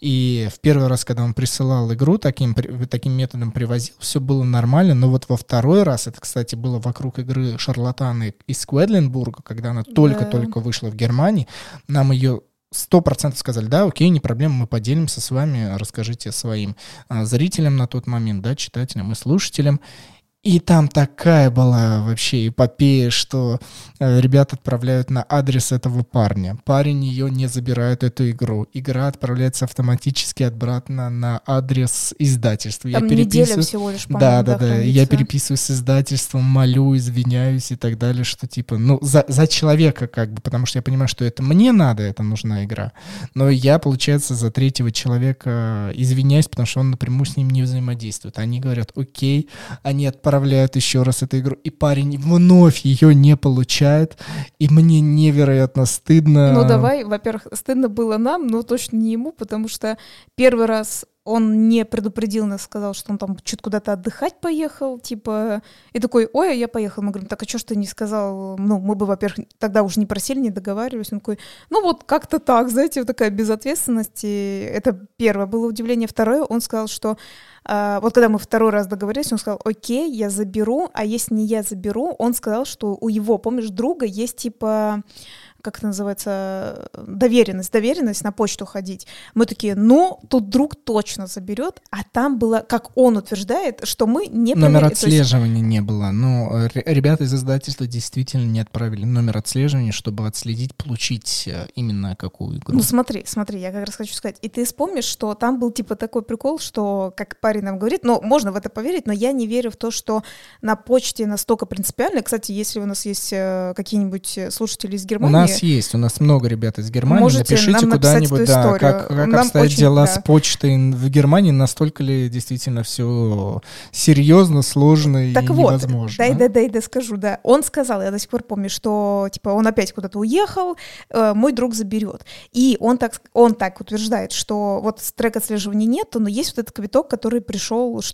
И в первый раз, когда он присылал игру, таким, таким методом привозил, все было нормально, но вот во второй раз, это, кстати, было вокруг игры «Шарлатаны» из Кведленбурга, когда она только-только вышла в Германии, нам ее сто процентов сказали, да, окей, не проблема, мы поделимся с вами, расскажите своим а, зрителям на тот момент, да, читателям и слушателям. И там такая была вообще эпопея, что э, ребята отправляют на адрес этого парня. Парень ее не забирает, эту игру. Игра отправляется автоматически обратно на адрес издательства. Там я неделя всего лишь, по-моему, да, да, да, да. Я переписываюсь с издательством, молю, извиняюсь и так далее, что типа, ну, за, за человека как бы, потому что я понимаю, что это мне надо, это нужна игра. Но я, получается, за третьего человека извиняюсь, потому что он напрямую с ним не взаимодействует. Они говорят, окей, они отправляют отправляют еще раз эту игру, и парень вновь ее не получает, и мне невероятно стыдно. Ну давай, во-первых, стыдно было нам, но точно не ему, потому что первый раз он не предупредил нас, сказал, что он там что-то куда-то отдыхать поехал, типа, и такой, ой, а я поехал. Мы говорим, так, а что ж ты не сказал? Ну, мы бы, во-первых, тогда уже не просили, не договаривались. Он такой, ну вот как-то так, знаете, вот такая безответственность. И это первое было удивление. Второе, он сказал, что Uh, вот когда мы второй раз договорились, он сказал, окей, я заберу, а если не я заберу, он сказал, что у его, помнишь, друга есть типа, как это называется, доверенность, доверенность на почту ходить. Мы такие, ну, тут друг точно заберет, а там было, как он утверждает, что мы не проверили. Номер отслеживания есть... не было, но ребята из издательства действительно не отправили номер отслеживания, чтобы отследить, получить именно какую игру. Ну смотри, смотри, я как раз хочу сказать, и ты вспомнишь, что там был типа такой прикол, что, как парень нам говорит, ну, можно в это поверить, но я не верю в то, что на почте настолько принципиально. Кстати, если у нас есть какие-нибудь слушатели из Германии... У нас есть, у нас много ребят из Германии. Можете напишите куда-нибудь, да, как, как обстоят очень, дела да. с почтой в Германии, настолько ли действительно все серьезно, сложно так и вот, невозможно. Дай, дай, дай, дай скажу, да. Он сказал, я до сих пор помню, что типа он опять куда-то уехал, э, мой друг заберет. И он так, он так утверждает, что вот трек отслеживания нет, но есть вот этот квиток, который пришел, что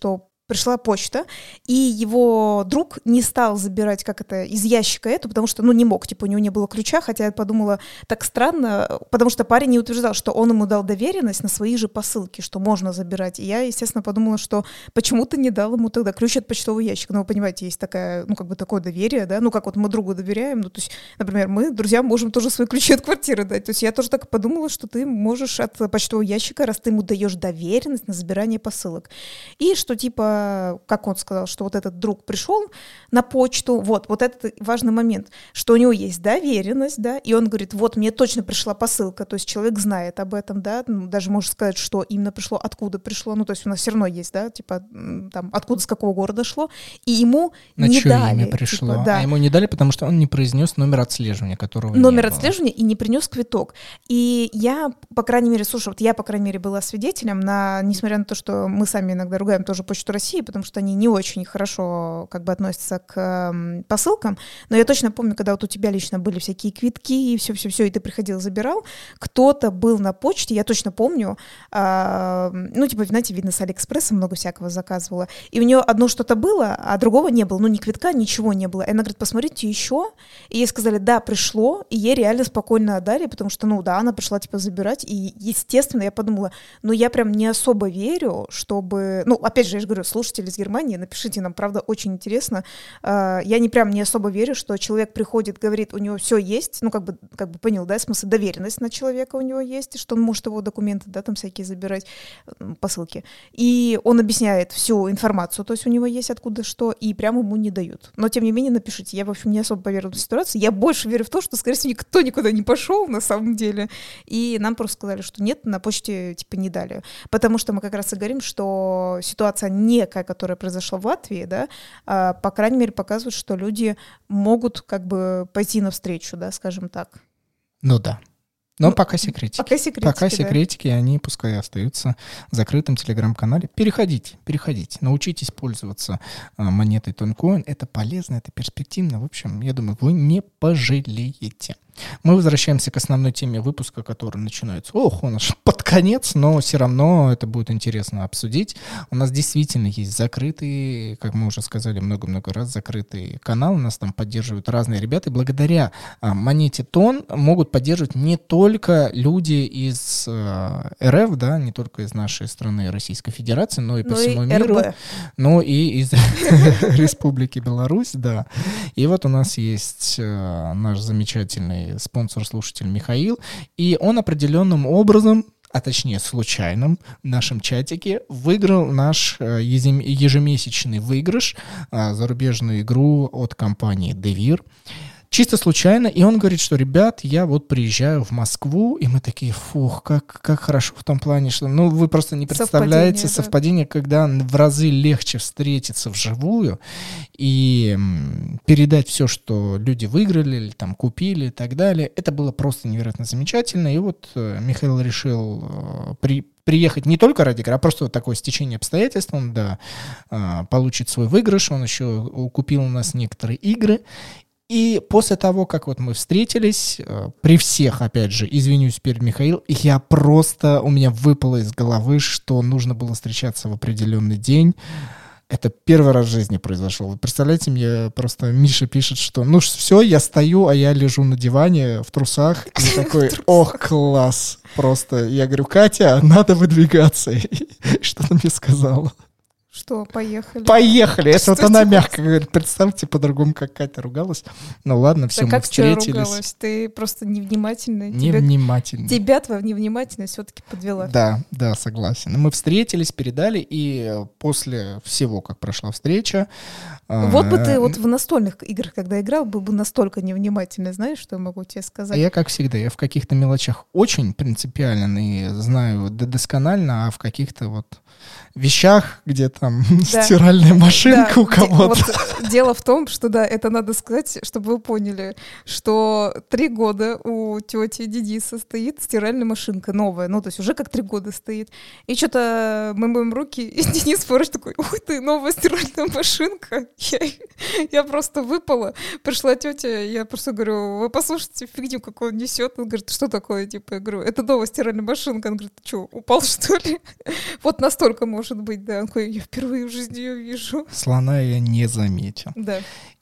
пришла почта, и его друг не стал забирать, как это, из ящика эту, потому что, ну, не мог, типа, у него не было ключа, хотя я подумала, так странно, потому что парень не утверждал, что он ему дал доверенность на свои же посылки, что можно забирать. И я, естественно, подумала, что почему ты не дал ему тогда ключ от почтового ящика. Ну, вы понимаете, есть такая, ну, как бы такое доверие, да, ну, как вот мы другу доверяем, ну, то есть, например, мы, друзьям, можем тоже свои ключи от квартиры дать. То есть я тоже так подумала, что ты можешь от почтового ящика, раз ты ему даешь доверенность на забирание посылок. И что, типа, как он сказал, что вот этот друг пришел на почту, вот, вот этот важный момент, что у него есть доверенность, да, и он говорит, вот, мне точно пришла посылка, то есть человек знает об этом, да, ну, даже может сказать, что именно пришло, откуда пришло, ну, то есть у нас все равно есть, да, типа, там, откуда, с какого города шло, и ему на не чье дали. имя пришло, типа, да. А ему не дали, потому что он не произнес номер отслеживания, которого Номер не было. отслеживания и не принес квиток. И я, по крайней мере, слушай, вот я, по крайней мере, была свидетелем, на, несмотря на то, что мы сами иногда ругаем тоже Почту России, потому что они не очень хорошо как бы относятся к э, посылкам, но я точно помню, когда вот у тебя лично были всякие квитки и все-все-все, и ты приходил, забирал, кто-то был на почте, я точно помню, э, ну, типа, знаете, видно, с Алиэкспресса много всякого заказывала, и у нее одно что-то было, а другого не было, ну, ни квитка, ничего не было. И она говорит, посмотрите еще, и ей сказали, да, пришло, и ей реально спокойно отдали, потому что, ну, да, она пришла, типа, забирать, и, естественно, я подумала, ну, я прям не особо верю, чтобы, ну, опять же, я же говорю, слушатели из Германии, напишите нам, правда, очень интересно. Я не прям не особо верю, что человек приходит, говорит, у него все есть, ну, как бы, как бы понял, да, в смысле, доверенность на человека у него есть, что он может его документы, да, там всякие забирать, посылки. И он объясняет всю информацию, то есть у него есть откуда что, и прямо ему не дают. Но, тем не менее, напишите. Я, в общем, не особо поверю в эту ситуацию. Я больше верю в то, что, скорее всего, никто никуда не пошел, на самом деле. И нам просто сказали, что нет, на почте, типа, не дали. Потому что мы как раз и говорим, что ситуация некая, которая произошла в Латвии, да, а, по крайней мере, показывает, что люди могут как бы пойти навстречу, да, скажем так. Ну да. Но Ну, пока секретики. Пока секретики, Пока да. секретики, они пускай остаются в закрытом телеграм-канале. Переходите, переходите. Научитесь пользоваться а, монетой Тонкоин. Это полезно, это перспективно. В общем, я думаю, вы не пожалеете. Мы возвращаемся к основной теме выпуска, который начинается, ох, он аж под конец, но все равно это будет интересно обсудить. У нас действительно есть закрытый, как мы уже сказали много-много раз, закрытый канал, нас там поддерживают разные ребята, и благодаря а, монете Тон могут поддерживать не только люди из а, РФ, да, не только из нашей страны Российской Федерации, но и по Ну всему и миру, эр бэ. но и из Республики Беларусь, да. И вот у нас есть наш замечательный спонсор-слушатель Михаил, и он определенным образом, а точнее случайным, в нашем чатике выиграл наш ежемесячный выигрыш, зарубежную игру от компании Devir. Чисто случайно, и он говорит, что, ребят, я вот приезжаю в Москву, и мы такие, фух, как, как хорошо в том плане, что, ну, вы просто не представляете совпадение, да. совпадение, когда в разы легче встретиться вживую и м, передать все, что люди выиграли или там купили и так далее. Это было просто невероятно замечательно, и вот э, Михаил решил э, при приехать не только ради игры, а просто вот такое стечение обстоятельств, он, да, э, получит свой выигрыш, он еще купил у нас некоторые игры. И после того, как вот мы встретились, при всех, опять же, извинюсь перед Михаилом, я просто, у меня выпало из головы, что нужно было встречаться в определенный день. Это первый раз в жизни произошло. Вы представляете, мне просто Миша пишет, что ну все, я стою, а я лежу на диване в трусах. И такой, ох, класс. Просто я говорю, Катя, надо выдвигаться. Что она мне сказала? Что, поехали? Поехали! Это Что вот она делать? мягко говорит. Представьте, по-другому, как Катя ругалась. Ну ладно, все, да мы как встретились. Ты ругалась? Ты просто невнимательная. Невнимательная. Тебя, тебя твоя невнимательность все-таки подвела. Да, да, согласен. Мы встретились, передали, и после всего, как прошла встреча... Вот бы ты вот в настольных играх, когда играл, был бы настолько невнимательный, знаешь, что я могу тебе сказать? Я, как всегда, я в каких-то мелочах очень принципиален и знаю досконально, а в каких-то вот вещах, где там да. стиральная машинка да. у кого-то. Вот дело в том, что да, это надо сказать, чтобы вы поняли, что три года у тети Дениса стоит стиральная машинка новая, ну то есть уже как три года стоит. И что-то мы моем руки, и Денис Форыш такой, ух ты, новая стиральная машинка. Я, я просто выпала. Пришла тетя, я просто говорю, вы послушайте фигню, какую он несет. Он говорит, что такое? Типа, я говорю, это новая стиральная машинка. Он говорит, ты что, упал что ли? Вот настолько может быть, да. Он такой, я впервые в жизни ее вижу. Слона я не заметил. Да.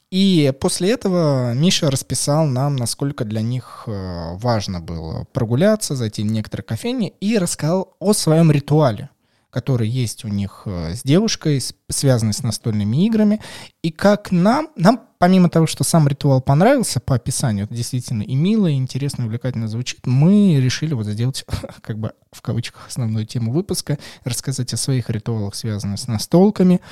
И после этого Миша расписал нам, насколько для них важно было прогуляться, зайти в некоторые кофейни, и рассказал о своем ритуале, который есть у них с девушкой, связанный с настольными играми. И как нам, нам, помимо того, что сам ритуал понравился по описанию, это действительно и мило, и интересно, и увлекательно звучит, мы решили вот сделать, как бы в кавычках, основную тему выпуска, рассказать о своих ритуалах, связанных с настолками.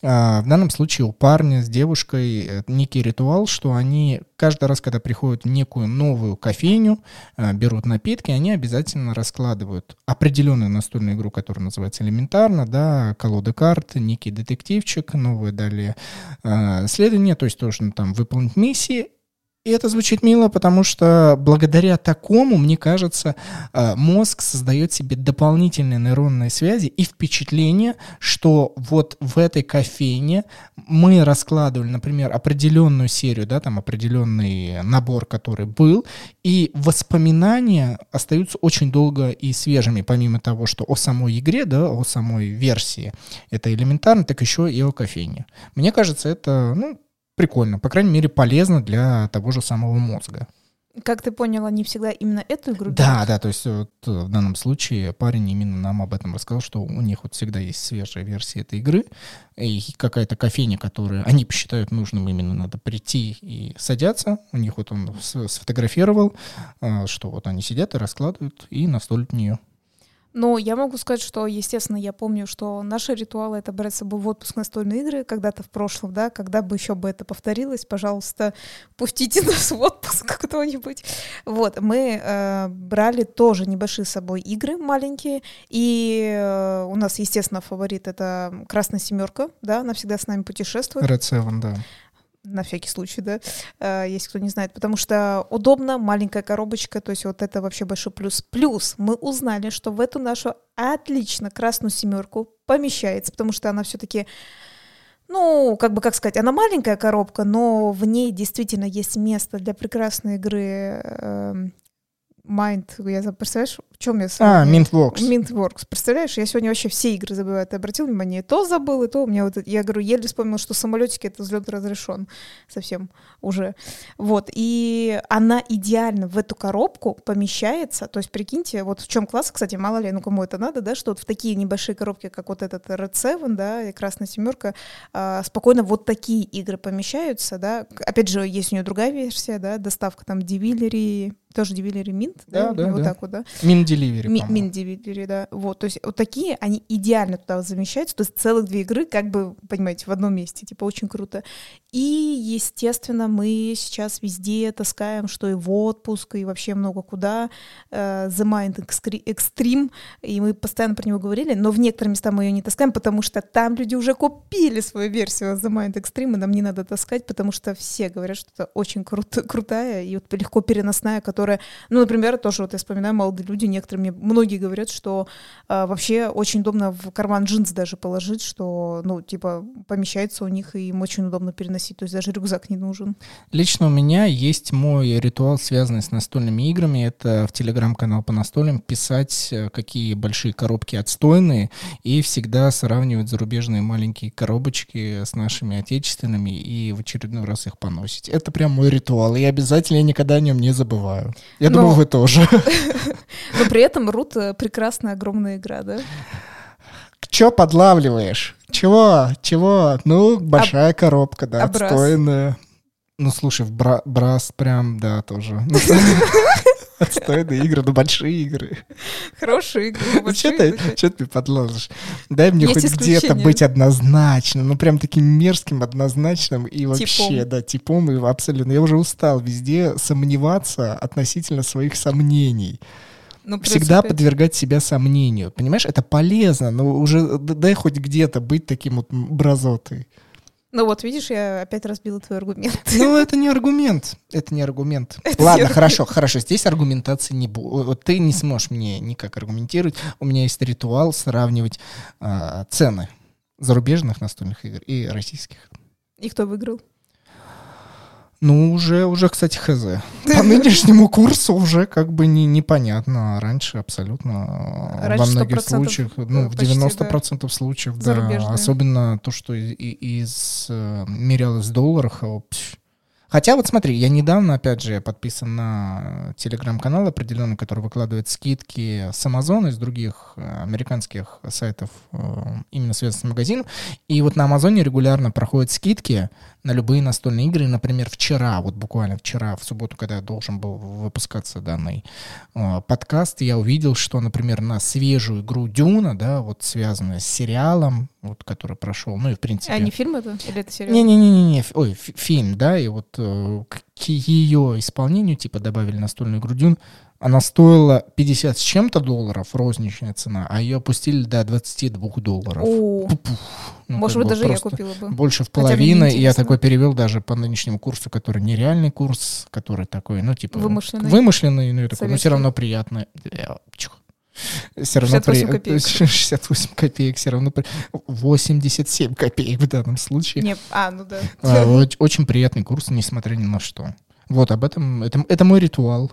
В данном случае у парня с девушкой некий ритуал, что они каждый раз, когда приходят в некую новую кофейню, берут напитки, они обязательно раскладывают определенную настольную игру, которая называется элементарно, да, колода карт, некий детективчик, новые далее следования, то есть тоже там выполнить миссии. И это звучит мило, потому что благодаря такому, мне кажется, мозг создает себе дополнительные нейронные связи и впечатление, что вот в этой кофейне мы раскладывали, например, определенную серию, да, там определенный набор, который был, и воспоминания остаются очень долго и свежими, помимо того, что о самой игре, да, о самой версии. Это элементарно, так еще и о кофейне. Мне кажется, это, ну, прикольно, по крайней мере, полезно для того же самого мозга. Как ты понял, они всегда именно эту игру Да, берут? да, то есть вот в данном случае парень именно нам об этом рассказал, что у них вот всегда есть свежая версия этой игры, и какая-то кофейня, которую они посчитают нужным, именно надо прийти и садятся. У них вот он сфотографировал, что вот они сидят и раскладывают, и настолят в нее. Но я могу сказать, что, естественно, я помню, что наши ритуалы — это брать с собой в отпуск настольные игры когда-то в прошлом, да, когда бы еще бы это повторилось, пожалуйста, пустите нас в отпуск кто-нибудь. Вот, мы э, брали тоже небольшие с собой игры маленькие, и э, у нас, естественно, фаворит — это «Красная семерка», да, она всегда с нами путешествует. Red Seven, да. На всякий случай, да, э, если кто не знает, потому что удобно, маленькая коробочка, то есть вот это вообще большой плюс. Плюс мы узнали, что в эту нашу отлично красную семерку помещается, потому что она все-таки, ну, как бы, как сказать, она маленькая коробка, но в ней действительно есть место для прекрасной игры э, Mind, я забыл, представляешь, в чем я... А, Mintworks. Mintworks, представляешь? Я сегодня вообще все игры забываю. Ты обратил внимание? То забыл, и то у меня вот... Я говорю, еле вспомнила, что самолетики — это взлет разрешен совсем уже. Вот. И она идеально в эту коробку помещается. То есть, прикиньте, вот в чем класс, кстати, мало ли, ну, кому это надо, да, что вот в такие небольшие коробки, как вот этот Red Seven, да, и Красная семерка, э, спокойно вот такие игры помещаются, да. Опять же, есть у нее другая версия, да, доставка там Delivery, тоже Delivery Mint, да, да, да, вот да. так вот, да. Mint Delivery, Ми- по-моему. Mint Delivery, да. Вот, то есть вот такие, они идеально туда замещаются, то есть целых две игры, как бы, понимаете, в одном месте, типа, очень круто. И, естественно, мы сейчас везде таскаем, что и в отпуск, и вообще много куда, э, The Mind Extreme, и мы постоянно про него говорили, но в некоторых местах мы ее не таскаем, потому что там люди уже купили свою версию The Mind Extreme, и нам не надо таскать, потому что все говорят, что это очень крут- крутая и вот легко переносная, которая, ну, например, тоже вот я вспоминаю, молодые люди, некоторые мне, многие говорят, что э, вообще очень удобно в карман джинс даже положить, что, ну, типа, помещается у них, и им очень удобно переносить, то есть даже рюкзак не нужен. Лично у меня есть мой ритуал, связанный с настольными играми. Это в телеграм-канал по настольным писать, какие большие коробки отстойные, и всегда сравнивать зарубежные маленькие коробочки с нашими отечественными и в очередной раз их поносить. Это прям мой ритуал, и обязательно я никогда о нем не забываю. Я Но... думаю, вы тоже. Но при этом Рут — прекрасная, огромная игра, да? Чё подлавливаешь? Чего? Чего? Ну, большая коробка, да, а брас? отстойная. Ну, слушай, в бра- брас прям, да, тоже. Отстойные игры, ну, большие игры. Хорошие игры. Что ты, что ты подложишь? Дай мне Есть хоть где-то исключения. быть однозначным, ну, прям таким мерзким, однозначным и вообще, Типом. да, типом и абсолютно. Я уже устал везде сомневаться относительно своих сомнений. Ну, в Всегда принципе, подвергать себя сомнению. Понимаешь, это полезно, но уже д- дай хоть где-то быть таким вот мразотой. Ну вот, видишь, я опять разбила твой аргумент. Ну, это не аргумент. Это не аргумент. Это Ладно, не хорошо, хорошо. Здесь аргументации не будет. Вот ты не сможешь мне никак аргументировать. У меня есть ритуал сравнивать а, цены зарубежных настольных игр и российских. И кто выиграл? Ну, уже, уже, кстати, хз. По нынешнему курсу уже как бы не, непонятно. А раньше абсолютно раньше во многих случаях, ну, в девяносто процентов да, случаев, да. Особенно то, что из, из, мерялось в долларах. Хотя вот смотри, я недавно, опять же, я подписан на телеграм-канал определенный, который выкладывает скидки с Amazon и с других американских сайтов, именно связанных с магазином. И вот на Амазоне регулярно проходят скидки на любые настольные игры. Например, вчера, вот буквально вчера, в субботу, когда должен был выпускаться данный э, подкаст, я увидел, что, например, на свежую игру Дюна, да, вот связанную с сериалом, вот, который прошел, ну и в принципе... А не фильм это? Или это сериал? Не-не-не, ой, фи- фильм, да, и вот э, к ее исполнению, типа, добавили настольную игру Дюн. Она стоила пятьдесят с чем-то долларов, розничная цена, а ее опустили до двадцать два долларов. О, ну, может быть, даже я купила бы. Больше в половины. И я такой перевел даже по нынешнему курсу, который нереальный курс, который такой, ну, типа... Вымышленный. Вымышленный, ну, и такой, но все равно приятно. Все равно шестьдесят восемь при... копеек. шестьдесят восемь копеек, все равно при... восемьдесят семь копеек в данном случае. Не, а, ну да. А, очень приятный курс, несмотря ни на что. Вот об этом, это, это мой ритуал.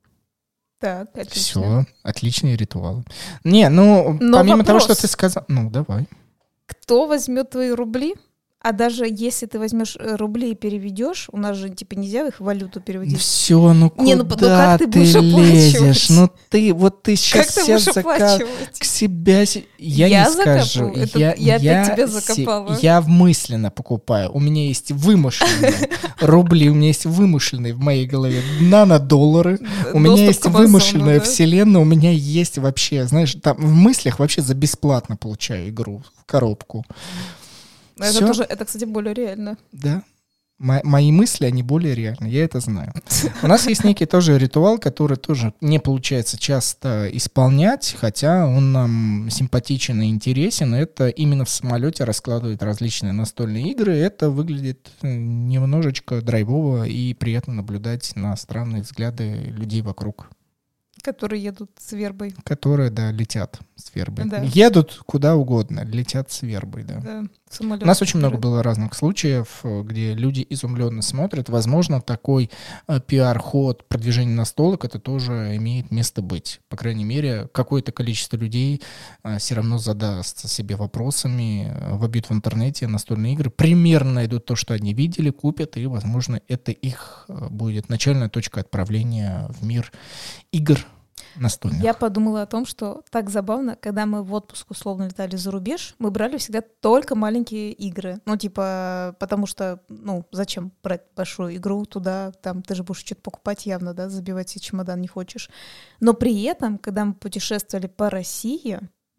Так, отлично. Все, отличный ритуал. Не, ну, Но помимо вопрос. того, что ты сказал... Ну, давай. Кто возьмет твои рубли? А даже если ты возьмешь рубли и переведешь, у нас же типа нельзя их в валюту переводить. Все, ну куда Не, ну, ну, ты, ты лезешь? Ну ты, вот ты сейчас себя закап... к себя... Я, я не скажу. Это я я, я тебя закопала. Я мысленно покупаю. У меня есть вымышленные рубли, у меня есть вымышленные в моей голове нано-доллары, у меня есть вымышленная вселенная, у меня есть вообще, знаешь, там в мыслях вообще за бесплатно получаю игру в коробку. Это, тоже, это, кстати, более реально. Да. Мо- мои мысли, они более реальны, я это знаю. У нас есть некий тоже ритуал, который тоже не получается часто исполнять, хотя он нам симпатичен и интересен. Это именно в самолете раскладывают различные настольные игры. Это выглядит немножечко драйвово и приятно наблюдать на странные взгляды людей вокруг. Которые едут с вербой. Которые, да, летят с вербой. Да. Едут куда угодно, летят с вербой, да. Да, самолет. У нас очень много было разных случаев, где люди изумленно смотрят. Возможно, такой э, пиар-ход продвижения настолок, это тоже имеет место быть. По крайней мере, какое-то количество людей э, все равно задастся себе вопросами, э, вобьют в интернете настольные игры, примерно найдут то, что они видели, купят, и, возможно, это их э, будет начальная точка отправления в мир игр настольных. Я подумала о том, что так забавно, когда мы в отпуск условно летали за рубеж, мы брали всегда только маленькие игры. Ну, типа, потому что, ну, зачем брать большую игру туда, там ты же будешь что-то покупать явно, да, забивать себе чемодан не хочешь. Но при этом, когда мы путешествовали по России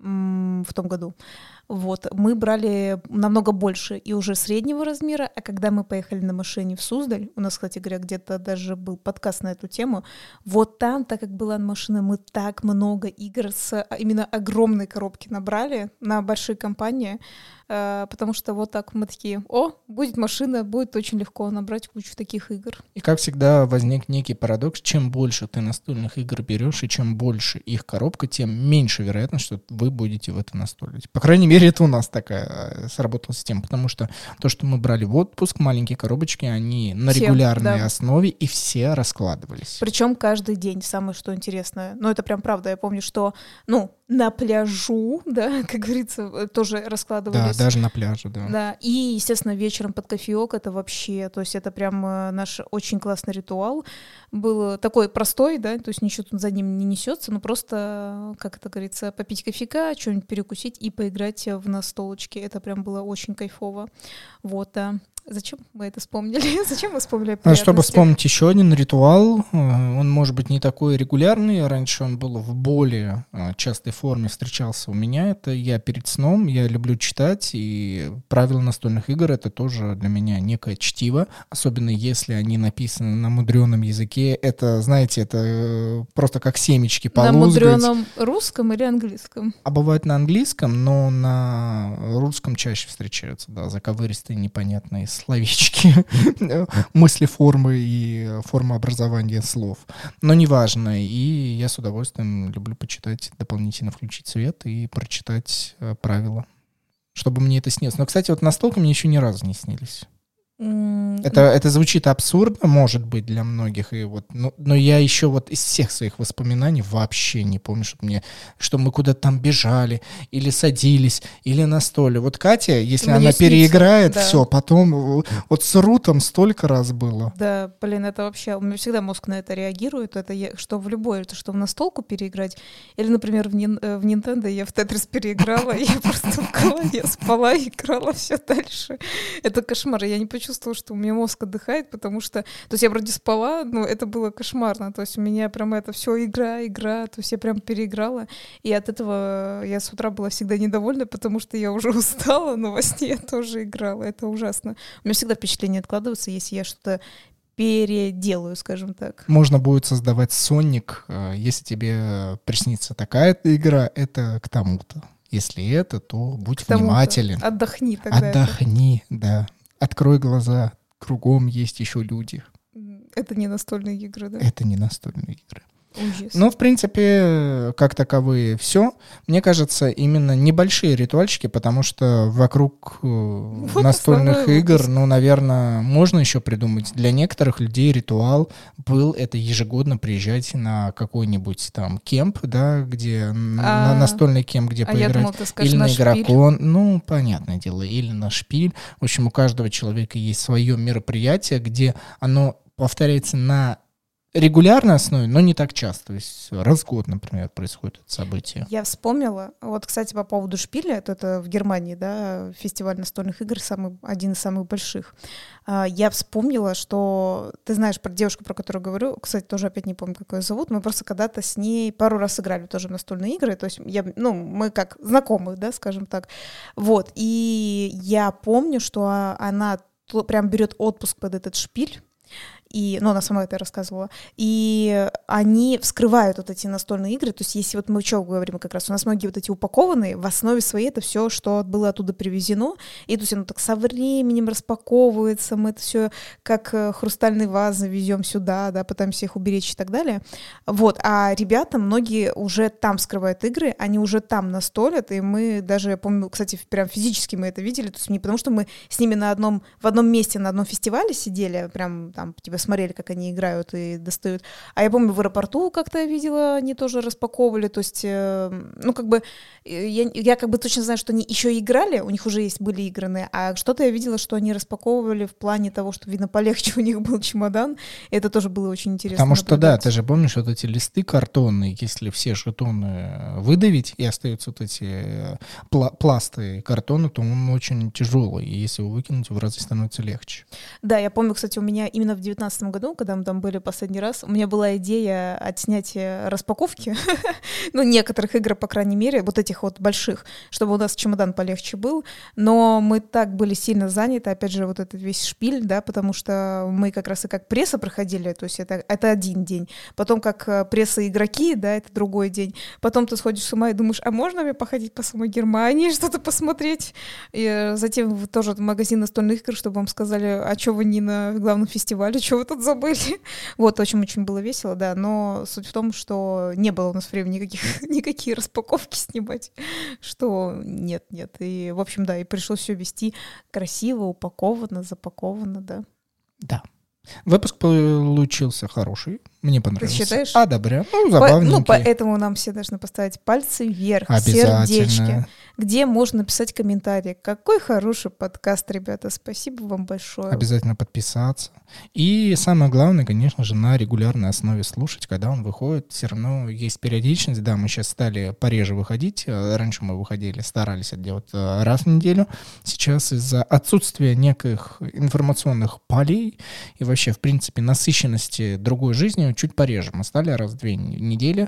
м- в том году, вот, мы брали намного больше и уже среднего размера, а когда мы поехали на машине в Суздаль, у нас, кстати говоря, где-то даже был подкаст на эту тему, вот там, так как была машина, мы так много игр с именно огромной коробки набрали на большие компании, потому что вот так мы такие, о, будет машина, будет очень легко набрать кучу таких игр. И как всегда возник некий парадокс, чем больше ты настольных игр берешь, и чем больше их коробка, тем меньше вероятность, что вы будете в это настолить. По крайней мере, это у нас такая сработала система, потому что то, что мы брали в отпуск, маленькие коробочки, они на все, регулярной да. основе, и все раскладывались. Причем каждый день, самое что интересное. Ну, это прям правда, я помню, что, ну, на пляжу, да, как говорится, тоже раскладывались. Да, даже на пляже, да. Да, и, естественно, вечером под кофеек это вообще, то есть это прям наш очень классный ритуал. Был такой простой, да, то есть ничего тут за ним не несется, но просто, как это говорится, попить кофейка, что-нибудь перекусить и поиграть в настолочке. Это прям было очень кайфово. Вот, да. Зачем мы это вспомнили? Зачем мы вспомнили приятности? Чтобы вспомнить еще один ритуал, он может быть не такой регулярный, раньше он был в более частой форме, встречался у меня, это я перед сном, я люблю читать, и правила настольных игр — это тоже для меня некое чтиво, особенно если они написаны на мудреном языке, это, знаете, это просто как семечки полузгать. На мудреном русском или английском? А бывает на английском, но на русском чаще встречаются, да, заковыристые, непонятные словечки, мысли, формы и форма образования слов. Но неважно. И я с удовольствием люблю почитать, дополнительно включить свет и прочитать э, правила, чтобы мне это снилось. Но, кстати, вот настолько мне еще ни разу не снились. Это, это звучит абсурдно, может быть, для многих, и вот, но, но я еще вот из всех своих воспоминаний вообще не помню, что, мне, что мы куда-то там бежали, или садились, или на столе. Вот Катя, если мне она снится, переиграет, да. Все, потом вот с Рутом столько раз было. Да, блин, это вообще, у меня всегда мозг на это реагирует, это я, что в любой, это что в настолку переиграть, или, например, в, нин, в Nintendo я в Тетрис переиграла, я просто в голове спала и играла все дальше. Это кошмар, я не почувствовала, что у меня мозг отдыхает, потому что, то есть я вроде спала, но это было кошмарно, то есть у меня прям это все игра, игра, то есть я прям переиграла, и от этого я с утра была всегда недовольна, потому что я уже устала, но во сне я тоже играла, это ужасно. У меня всегда впечатление откладывается, если я что-то переделаю, скажем так. Можно будет создавать сонник, если тебе приснится такая-то игра, это к тому-то. Если это, то будь внимателен. Отдохни тогда. Отдохни, это. Да. Открой глаза, кругом есть еще люди. Это не настольные игры, да? Это не настольные игры. Ужас. Ну, в принципе, как таковые все. Мне кажется, именно небольшие ритуальчики, потому что вокруг вот настольных игр, выпуск. ну, наверное, можно еще придумать. Для некоторых людей ритуал был это ежегодно приезжать на какой-нибудь там кемп, да, где а, на настольный кемп, где а поиграть. Я думала, ты скажешь, или на, на игрокон. Ну, понятное дело, или на шпиль. В общем, у каждого человека есть свое мероприятие, где оно повторяется на регулярной основе, но не так часто. То есть раз в год, например, происходит это событие. Я вспомнила, вот, кстати, по поводу шпиля, это, это в Германии, да, фестиваль настольных игр, самый, один из самых больших. Я вспомнила, что ты знаешь про девушку, про которую говорю, кстати, тоже опять не помню, как ее зовут, мы просто когда-то с ней пару раз играли тоже в настольные игры, то есть я, ну, мы как знакомые, да, скажем так. Вот, и я помню, что она прям берет отпуск под этот шпиль, и, ну, она сама это рассказывала, и они вскрывают вот эти настольные игры, то есть если вот мы что говорим как раз, у нас многие вот эти упакованные, в основе своей это все, что было оттуда привезено, и то есть оно так со временем распаковывается, мы это все как хрустальные вазы везем сюда, да, пытаемся их уберечь и так далее, вот, а ребята, многие уже там вскрывают игры, они уже там настолят, и мы даже, я помню, кстати, прям физически мы это видели, то есть не потому, что мы с ними на одном, в одном месте, на одном фестивале сидели, прям там, типа, смотрели, как они играют и достают. А я помню, в аэропорту как-то я видела, они тоже распаковывали, то есть, э, ну, как бы, я, я как бы точно знаю, что они еще играли, у них уже есть, были играны, а что-то я видела, что они распаковывали в плане того, что, видно, полегче у них был чемодан, и это тоже было очень интересно. Потому что, наблюдать. Да, ты же помнишь, вот эти листы картонные, если все жетоны выдавить, и остаются вот эти пла- пласты картона, то он очень тяжелый, и если его выкинуть, в разы становится легче. Да, я помню, кстати, у меня именно в девятнадцатом году, когда мы там были последний раз, у меня была идея отснять распаковки, ну, некоторых игр, по крайней мере, вот этих вот больших, чтобы у нас чемодан полегче был, но мы так были сильно заняты, опять же, вот этот весь шпиль, да, потому что мы как раз и как пресса проходили, то есть это, это один день, потом как пресса игроки, да, это другой день, потом ты сходишь с ума и думаешь, а можно мне походить по самой Германии, что-то посмотреть, и затем тоже магазин настольных игр, чтобы вам сказали, а что вы не на главном фестивале, что вы тут забыли. Вот, очень-очень было весело, да, но суть в том, что не было у нас времени никаких, никакие распаковки снимать, что нет, нет. И, в общем, да, и пришлось все вести красиво, упаковано, запаковано, да. Да. Выпуск получился хороший, мне понравился. Ты считаешь? Одобряю. Ну, забавненький. Ну, поэтому нам все должны поставить пальцы вверх, сердечки, где можно написать комментарий. Какой хороший подкаст, ребята, спасибо вам большое. Обязательно подписаться. И самое главное, конечно же, на регулярной основе слушать, когда он выходит. Все равно есть периодичность. Да, мы сейчас стали пореже выходить. Раньше мы выходили, старались это делать раз в неделю. Сейчас из-за отсутствия неких информационных полей и вообще, в принципе, насыщенности другой жизни чуть пореже. Мы стали раз в две недели.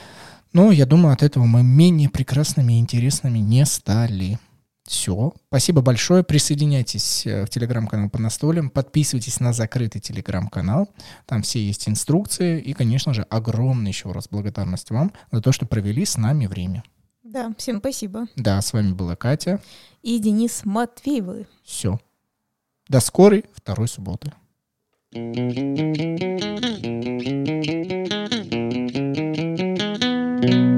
Но я думаю, от этого мы менее прекрасными и интересными не стали. Все. Спасибо большое. Присоединяйтесь в телеграм-канал по настолям. Подписывайтесь на закрытый телеграм-канал. Там все есть инструкции. И, конечно же, огромная еще раз благодарность вам за то, что провели с нами время. Да, всем спасибо. Да, с вами была Катя. И Денис Матвеевы. Все. До скорой второй субботы. Thank you.